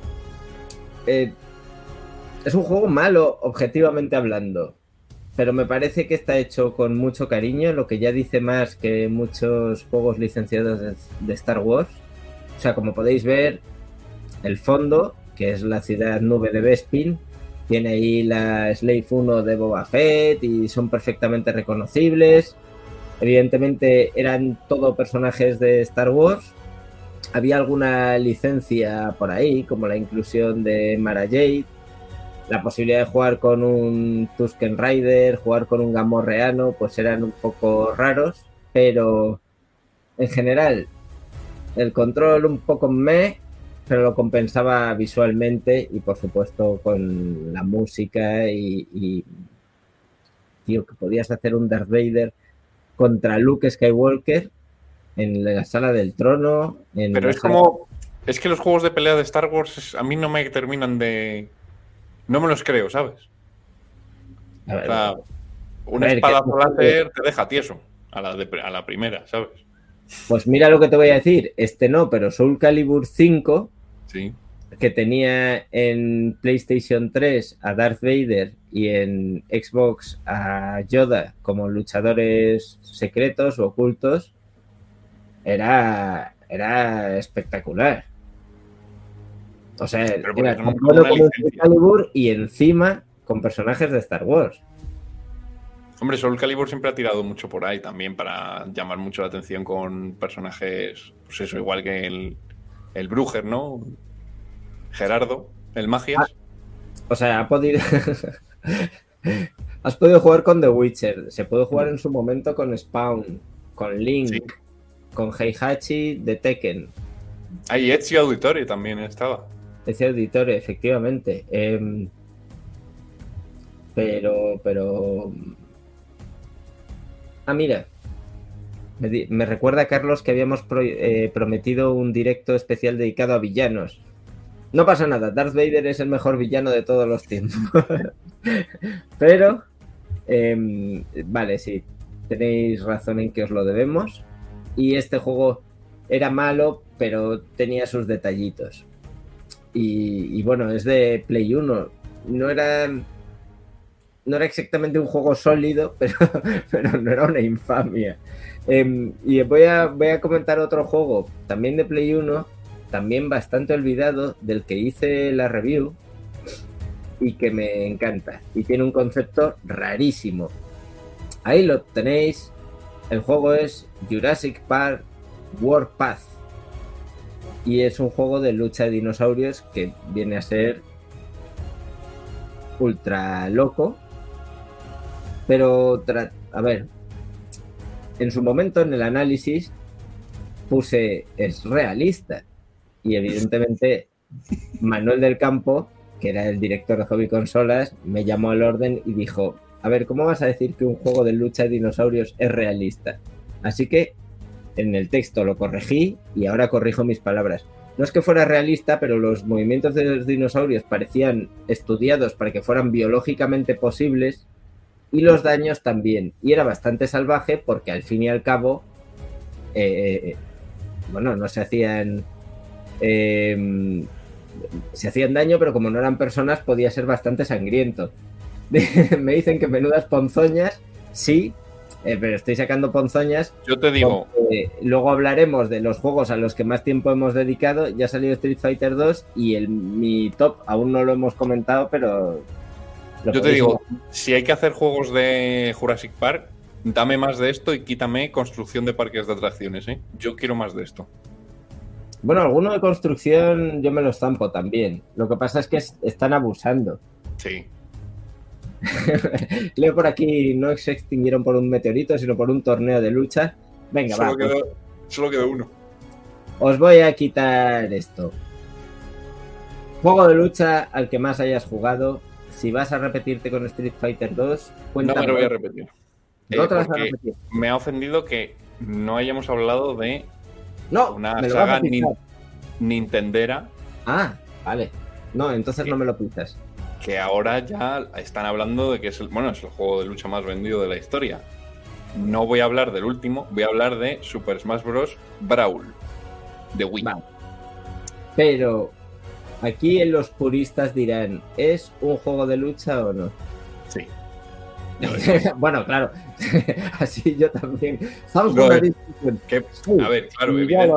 Es un juego malo, objetivamente hablando, pero me parece que está hecho con mucho cariño, lo que ya dice más que muchos juegos licenciados de Star Wars. O sea, como podéis ver, el fondo, que es la ciudad nube de Bespin, tiene ahí la Slave 1 de Boba Fett y son perfectamente reconocibles. Evidentemente eran todo personajes de Star Wars. Había alguna licencia por ahí, como la inclusión de Mara Jade, la posibilidad de jugar con un Tusken Rider, jugar con un Gamorreano, pues eran un poco raros, pero en general el control un poco meh, pero lo compensaba visualmente y por supuesto con la música y tío, que podías hacer un Darth Vader contra Luke Skywalker en la sala del trono. Pero es como... Es que los juegos de pelea de Star Wars a mí no me terminan de... No me los creo, ¿sabes? A ver, o sea, una espada láser te deja tieso a la primera, ¿sabes? Pues mira lo que te voy a decir. No, pero Soul Calibur 5, sí, que tenía en PlayStation 3 a Darth Vader y en Xbox a Yoda como luchadores secretos o ocultos, era espectacular. O sea, era tan bueno como Soul Calibur y encima con personajes de Star Wars. Hombre, Soul Calibur siempre ha tirado mucho por ahí también para llamar mucho la atención con personajes, pues eso, igual que el Brugger, ¿no? Gerardo, el Magias. O sea, has podido jugar con The Witcher, se puede jugar en su momento con Spawn, con Link, sí, con Heihachi de Tekken. Ahí Ezio Auditore también estaba. Ezio Auditore, efectivamente. Pero... Ah, mira. Me recuerda, Carlos, que habíamos prometido un directo especial dedicado a villanos. No pasa nada, Darth Vader es el mejor villano de todos los tiempos. Pero, vale, sí, tenéis razón en que os lo debemos. Y este juego era malo, pero tenía sus detallitos. Y bueno, es de Play 1. No era exactamente un juego sólido, pero no era una infamia. Y voy a comentar otro juego, también de Play 1, también bastante olvidado, del que hice la review y que me encanta. Y tiene un concepto rarísimo. Ahí lo tenéis. El juego es Jurassic Park Warpath. Y es un juego de lucha de dinosaurios que viene a ser ultra loco. Pero, a ver, en su momento en el análisis puse es realista. Y evidentemente Manuel del Campo, que era el director de Hobby Consolas, me llamó al orden y dijo: a ver, ¿cómo vas a decir que un juego de lucha de dinosaurios es realista? Así que en el texto lo corregí y ahora corrijo mis palabras. No es que fuera realista, pero los movimientos de los dinosaurios parecían estudiados para que fueran biológicamente posibles y los daños también. Y era bastante salvaje porque al fin y al cabo, bueno, no se hacían... se hacían daño, pero como no eran personas podía ser bastante sangriento. Me dicen que menudas ponzoñas, sí, pero estoy sacando ponzoñas. Yo te digo, luego hablaremos de los juegos a los que más tiempo hemos dedicado. Ya ha salido Street Fighter 2 y mi top aún no lo hemos comentado, pero yo te digo, si hay que hacer juegos de Jurassic Park, dame más de esto y quítame construcción de parques de atracciones, ¿eh? Yo quiero más de esto. Bueno, alguno de construcción yo me los zampo también. Lo que pasa es que están abusando. Sí. Leo por aquí, no se extinguieron por un meteorito, sino por un torneo de lucha. Venga, Solo quedó uno. Os voy a quitar esto. Juego de lucha al que más hayas jugado. Si vas a repetirte con Street Fighter 2, cuéntame. No me lo voy a repetir. No te vas a repetir. Me ha ofendido que no hayamos hablado de una me lo saga vas a pisar. nintendera. Ah, vale. No, entonces no me lo pisas. Que ahora ya están hablando de que es el juego de lucha más vendido de la historia. No voy a hablar del último, voy a hablar de Super Smash Bros. Brawl de Wii. Vale. Pero aquí los puristas dirán, ¿es un juego de lucha o no? Sí. Bueno, claro. Así yo también. A ver, claro,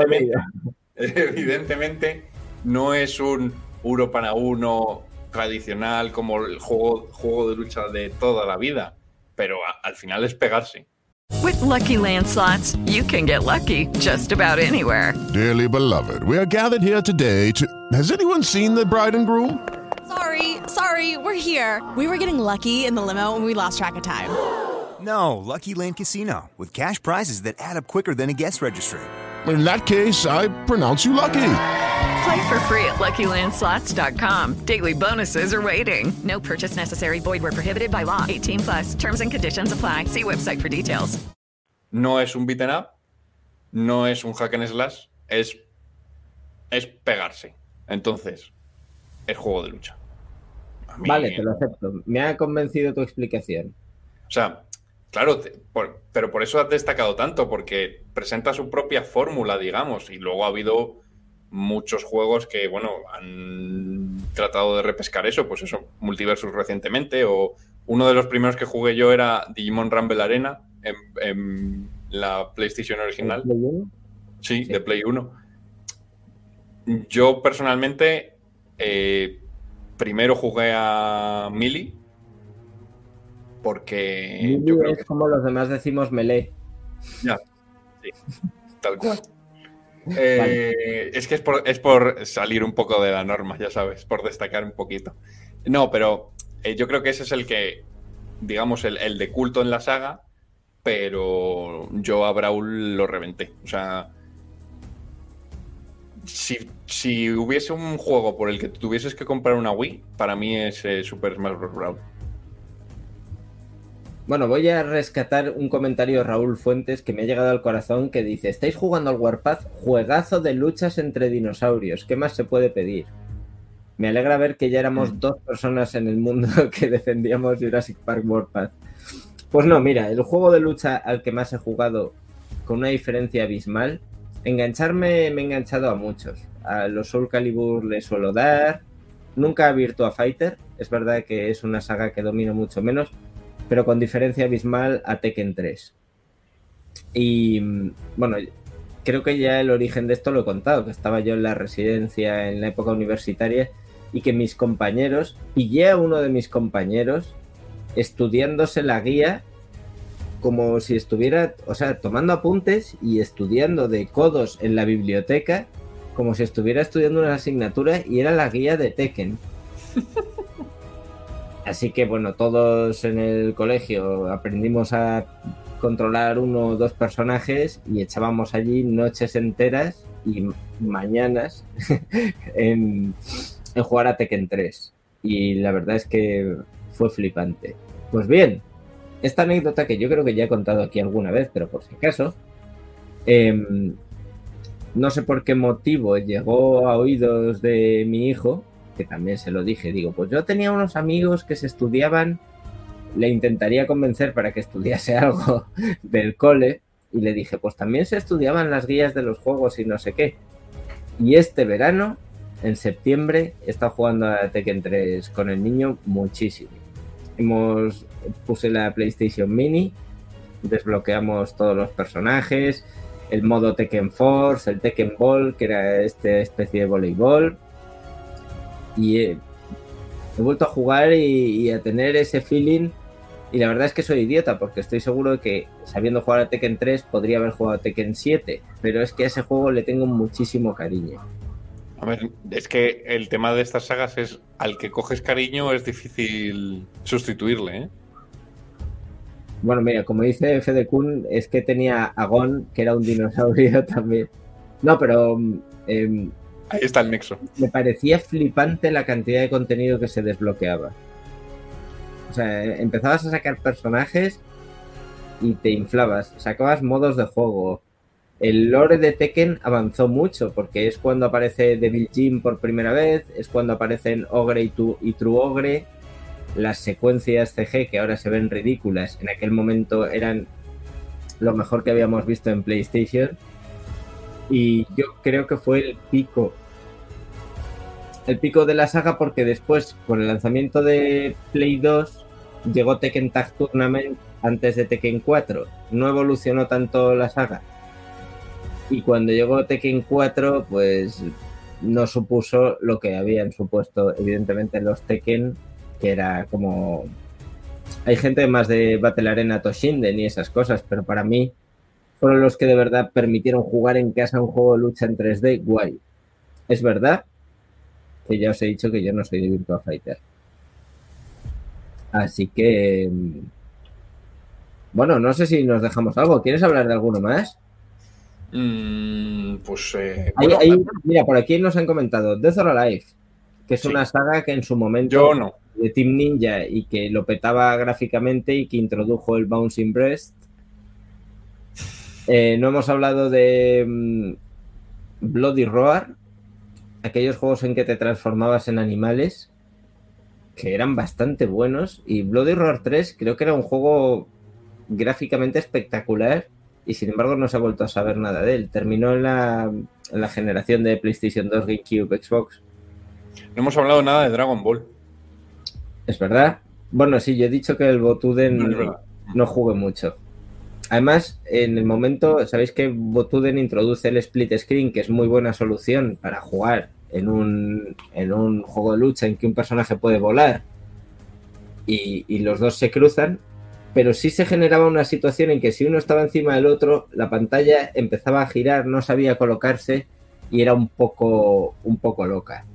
evidentemente no es un 1-para-1 tradicional como el juego de lucha de toda la vida, pero al final es pegarse. With Lucky Land Slots, you can get lucky just about anywhere. Dearly beloved, we are gathered here today to... Has anyone seen the bride and groom? Sorry, we're here. We were getting lucky in the limo and we lost track of time. No, Lucky Land Casino, with cash prizes that add up quicker than a guest registry. In that case, I pronounce you lucky. Play for free at LuckyLandSlots.com. Daily bonuses are waiting. No purchase necessary. Void where prohibited by law. 18+. Terms and conditions apply. See website for details. No es un beat'em up, no es un hack and slash, es pegarse. Entonces, es juego de lucha. Vale, te lo acepto. Me ha convencido tu explicación. O sea, claro, pero por eso has destacado tanto, porque presenta su propia fórmula, digamos, y luego ha habido muchos juegos que, bueno, han tratado de repescar eso, pues eso, Multiversus recientemente, o uno de los primeros que jugué yo era Digimon Rumble Arena en la PlayStation original. ¿Play 1? Sí, de Play 1. Yo personalmente primero jugué a Melee, porque Melee yo creo es que... como los demás decimos melee. Ya, sí, tal cual. Es que es por salir un poco de la norma, ya sabes, por destacar un poquito. No, pero yo creo que ese es el que, digamos, el de culto en la saga, pero yo a Brawl lo reventé. O sea, si hubiese un juego por el que tuvieses que comprar una Wii, para mí es Super Smash Bros. Brawl. Bueno, voy a rescatar un comentario de Raúl Fuentes que me ha llegado al corazón, que dice: ¿estáis jugando al Warpath? Juegazo de luchas entre dinosaurios. ¿Qué más se puede pedir? Me alegra ver que ya éramos dos personas en el mundo que defendíamos Jurassic Park Warpath. Pues no, mira, el juego de lucha al que más he jugado con una diferencia abismal. Engancharme, me he enganchado a muchos. A los Soul Calibur le suelo dar. Nunca a Virtua Fighter. Es verdad que es una saga que domino mucho menos, pero con diferencia abismal a Tekken 3. Y bueno, creo que ya el origen de esto lo he contado, que estaba yo en la residencia en la época universitaria y que mis compañeros, pillé a uno de mis compañeros estudiándose la guía como si estuviera, o sea, tomando apuntes y estudiando de codos en la biblioteca, como si estuviera estudiando una asignatura, y era la guía de Tekken. Así que bueno, todos en el colegio aprendimos a controlar uno o dos personajes y echábamos allí noches enteras y mañanas en jugar a Tekken 3. Y la verdad es que fue flipante. Pues bien, esta anécdota que yo creo que ya he contado aquí alguna vez, pero por si acaso, no sé por qué motivo llegó a oídos de mi hijo, que también se lo dije. Digo, pues yo tenía unos amigos que se estudiaban, le intentaría convencer para que estudiase algo del cole, y le dije, pues también se estudiaban las guías de los juegos y no sé qué. Y este verano, en septiembre, he estado jugando a Tekken 3 con el niño muchísimo. Puse la PlayStation Mini, desbloqueamos todos los personajes, el modo Tekken Force, el Tekken Ball, que era esta especie de voleibol. Y he vuelto a jugar y a tener ese feeling, y la verdad es que soy idiota, porque estoy seguro de que sabiendo jugar a Tekken 3 podría haber jugado a Tekken 7, pero es que a ese juego le tengo muchísimo cariño. A ver, es que el tema de estas sagas es al que coges cariño es difícil sustituirle, ¿eh? Bueno, mira, como dice Fede Kun, es que tenía a Gon, que era un dinosaurio también. No, pero ahí está el nexo. Me parecía flipante la cantidad de contenido que se desbloqueaba. O sea, empezabas a sacar personajes y te inflabas, sacabas modos de juego. El lore de Tekken avanzó mucho porque es cuando aparece Devil Jin por primera vez, es cuando aparecen Ogre y True Ogre. Las secuencias CG que ahora se ven ridículas, en aquel momento eran lo mejor que habíamos visto en PlayStation. Y yo creo que fue el pico de la saga, porque después, con el lanzamiento de Play 2, llegó Tekken Tag Tournament antes de Tekken 4. No evolucionó tanto la saga. Y cuando llegó Tekken 4, pues no supuso lo que habían supuesto, evidentemente, los Tekken, que era como... Hay gente más de Battle Arena Toshinden y esas cosas, pero para mí fueron los que de verdad permitieron jugar en casa un juego de lucha en 3D guay. Es verdad que ya os he dicho que yo no soy de Virtua Fighter. Así que... Bueno, no sé si nos dejamos algo. ¿Quieres hablar de alguno más? Mira, por aquí nos han comentado Death or Alive, que es una saga que en su momento de Team Ninja y que lo petaba gráficamente y que introdujo el Bouncing Breast. No hemos hablado de Bloody Roar, aquellos juegos en que te transformabas en animales, que eran bastante buenos, y Bloody Roar 3 creo que era un juego gráficamente espectacular y sin embargo no se ha vuelto a saber nada de él. Terminó en la generación de PlayStation 2, GameCube, Xbox. No hemos hablado nada de Dragon Ball. Es verdad. Bueno, sí, yo he dicho que el Botuden no jugué mucho. Además, en el momento, sabéis que Botuden introduce el split screen, que es muy buena solución para jugar en un juego de lucha en que un personaje puede volar y los dos se cruzan, pero sí se generaba una situación en que si uno estaba encima del otro, la pantalla empezaba a girar, no sabía colocarse y era un poco loca.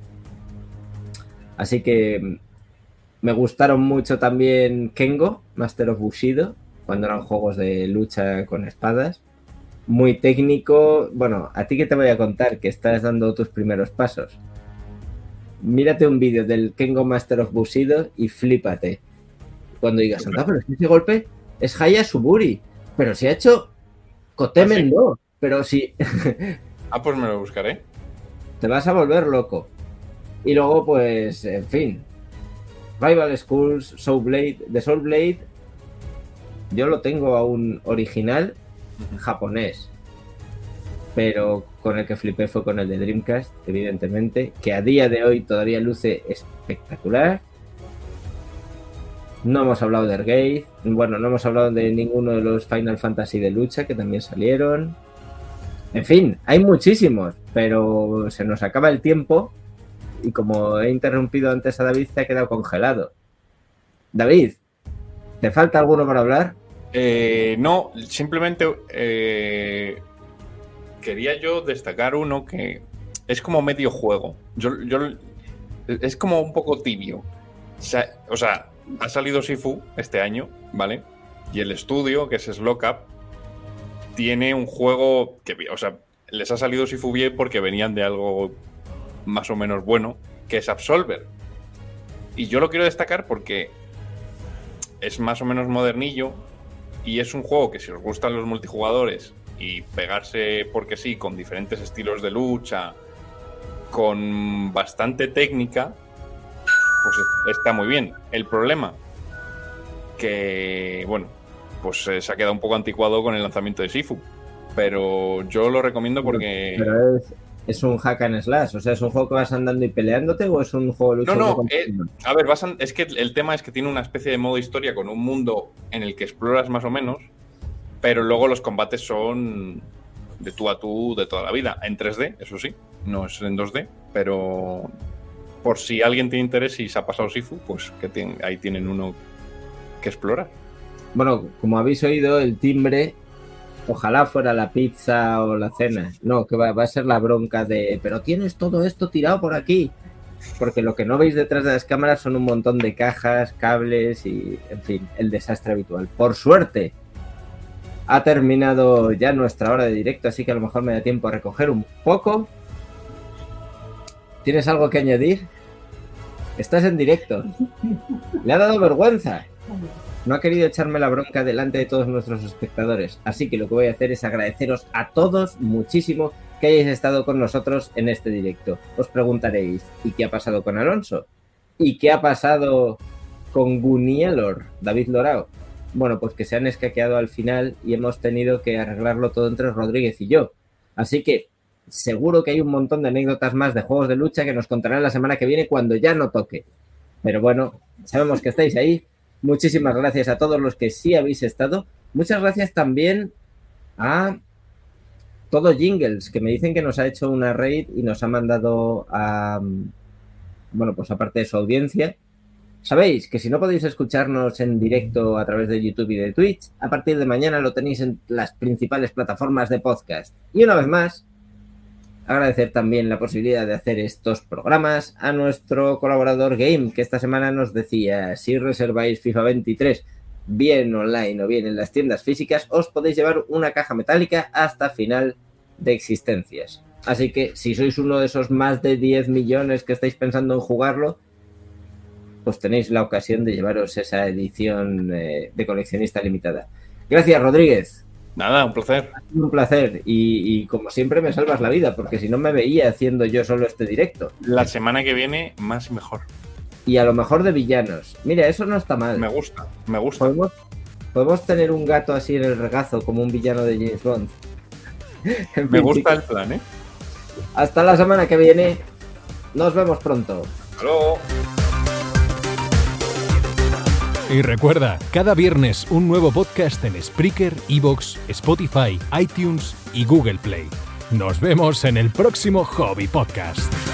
Así que me gustaron mucho también Kengo, Master of Bushido, cuando eran juegos de lucha con espadas. Muy técnico. Bueno, ¿a ti qué te voy a contar? Que estás dando tus primeros pasos. Mírate un vídeo del Kengo Master of Bushido y flípate. Cuando digas, anda, pero si ese golpe es Haya Suburi, pero si ha hecho Kotemen 2, pero si... Pues me lo buscaré. Te vas a volver loco. Y luego, pues, en fin, Rival Schools, Soul Blade. De Soul Blade yo lo tengo aún original japonés, pero con el que flipé fue con el de Dreamcast, evidentemente, que a día de hoy todavía luce espectacular. No hemos hablado de Ergate, bueno, no hemos hablado de ninguno de los Final Fantasy de lucha que también salieron. En fin, hay muchísimos, pero se nos acaba el tiempo y como he interrumpido antes a David, se ha quedado congelado. David, ¿te falta alguno para hablar? No, simplemente quería yo destacar uno que es como medio juego. Es como un poco tibio. O sea, ha salido Sifu este año, ¿vale? Y el estudio, que es Slockup, tiene un juego que, o sea, les ha salido Sifu bien porque venían de algo más o menos bueno, que es Absolver. Y yo lo quiero destacar porque es más o menos modernillo y es un juego que, si os gustan los multijugadores y pegarse porque sí con diferentes estilos de lucha, con bastante técnica, pues está muy bien. El problema que, bueno, pues se ha quedado un poco anticuado con el lanzamiento de Sifu, pero yo lo recomiendo porque... Pero es un hack and slash, o sea, ¿es un juego que vas andando y peleándote o es un juego de lucha? No, a ver, es que el tema es que tiene una especie de modo historia con un mundo en el que exploras más o menos, pero luego los combates son de tú a tú de toda la vida, en 3D, eso sí, no es en 2D, pero por si alguien tiene interés y se ha pasado Sifu, pues ahí tienen uno que explorar. Bueno, como habéis oído, el timbre Ojalá fuera la pizza o la cena. No, que va a ser la bronca de... Pero tienes todo esto tirado por aquí. Porque lo que no veis detrás de las cámaras son un montón de cajas, cables y, en fin, el desastre habitual. Por suerte, ha terminado ya nuestra hora de directo, así que a lo mejor me da tiempo a recoger un poco. ¿Tienes algo que añadir? Estás en directo. Le ha dado vergüenza. No ha querido echarme la bronca delante de todos nuestros espectadores. Así que lo que voy a hacer es agradeceros a todos muchísimo que hayáis estado con nosotros en este directo. Os preguntaréis, ¿y qué ha pasado con Alonso? ¿Y qué ha pasado con Gunielor, David Lorao? Bueno, pues que se han escaqueado al final y hemos tenido que arreglarlo todo entre Rodríguez y yo. Así que seguro que hay un montón de anécdotas más de juegos de lucha que nos contarán la semana que viene cuando ya no toque. Pero bueno, sabemos que estáis ahí. Muchísimas gracias a todos los que sí habéis estado. Muchas gracias también a Todo Jingles, que me dicen que nos ha hecho una raid y nos ha mandado a... Bueno, pues aparte de su audiencia. Sabéis que si no podéis escucharnos en directo a través de YouTube y de Twitch, a partir de mañana lo tenéis en las principales plataformas de podcast. Y una vez más, agradecer también la posibilidad de hacer estos programas a nuestro colaborador Game, que esta semana nos decía, si reserváis FIFA 23 bien online o bien en las tiendas físicas, os podéis llevar una caja metálica hasta final de existencias. Así que si sois uno de esos más de 10 millones que estáis pensando en jugarlo, pues tenéis la ocasión de llevaros esa edición de coleccionista limitada. Gracias, Rodríguez. Nada, un placer. Un placer. Y como siempre me salvas la vida, porque si no me veía haciendo yo solo este directo. La semana que viene, más y mejor. Y a lo mejor de villanos. Mira, eso no está mal. Me gusta, me gusta. ¿Podemos tener un gato así en el regazo, como un villano de James Bond? Me gusta el plan, ¿eh? Hasta la semana que viene. Nos vemos pronto. Hasta luego. Y recuerda, cada viernes un nuevo podcast en Spreaker, iVoox, Spotify, iTunes y Google Play. Nos vemos en el próximo Hobby Podcast.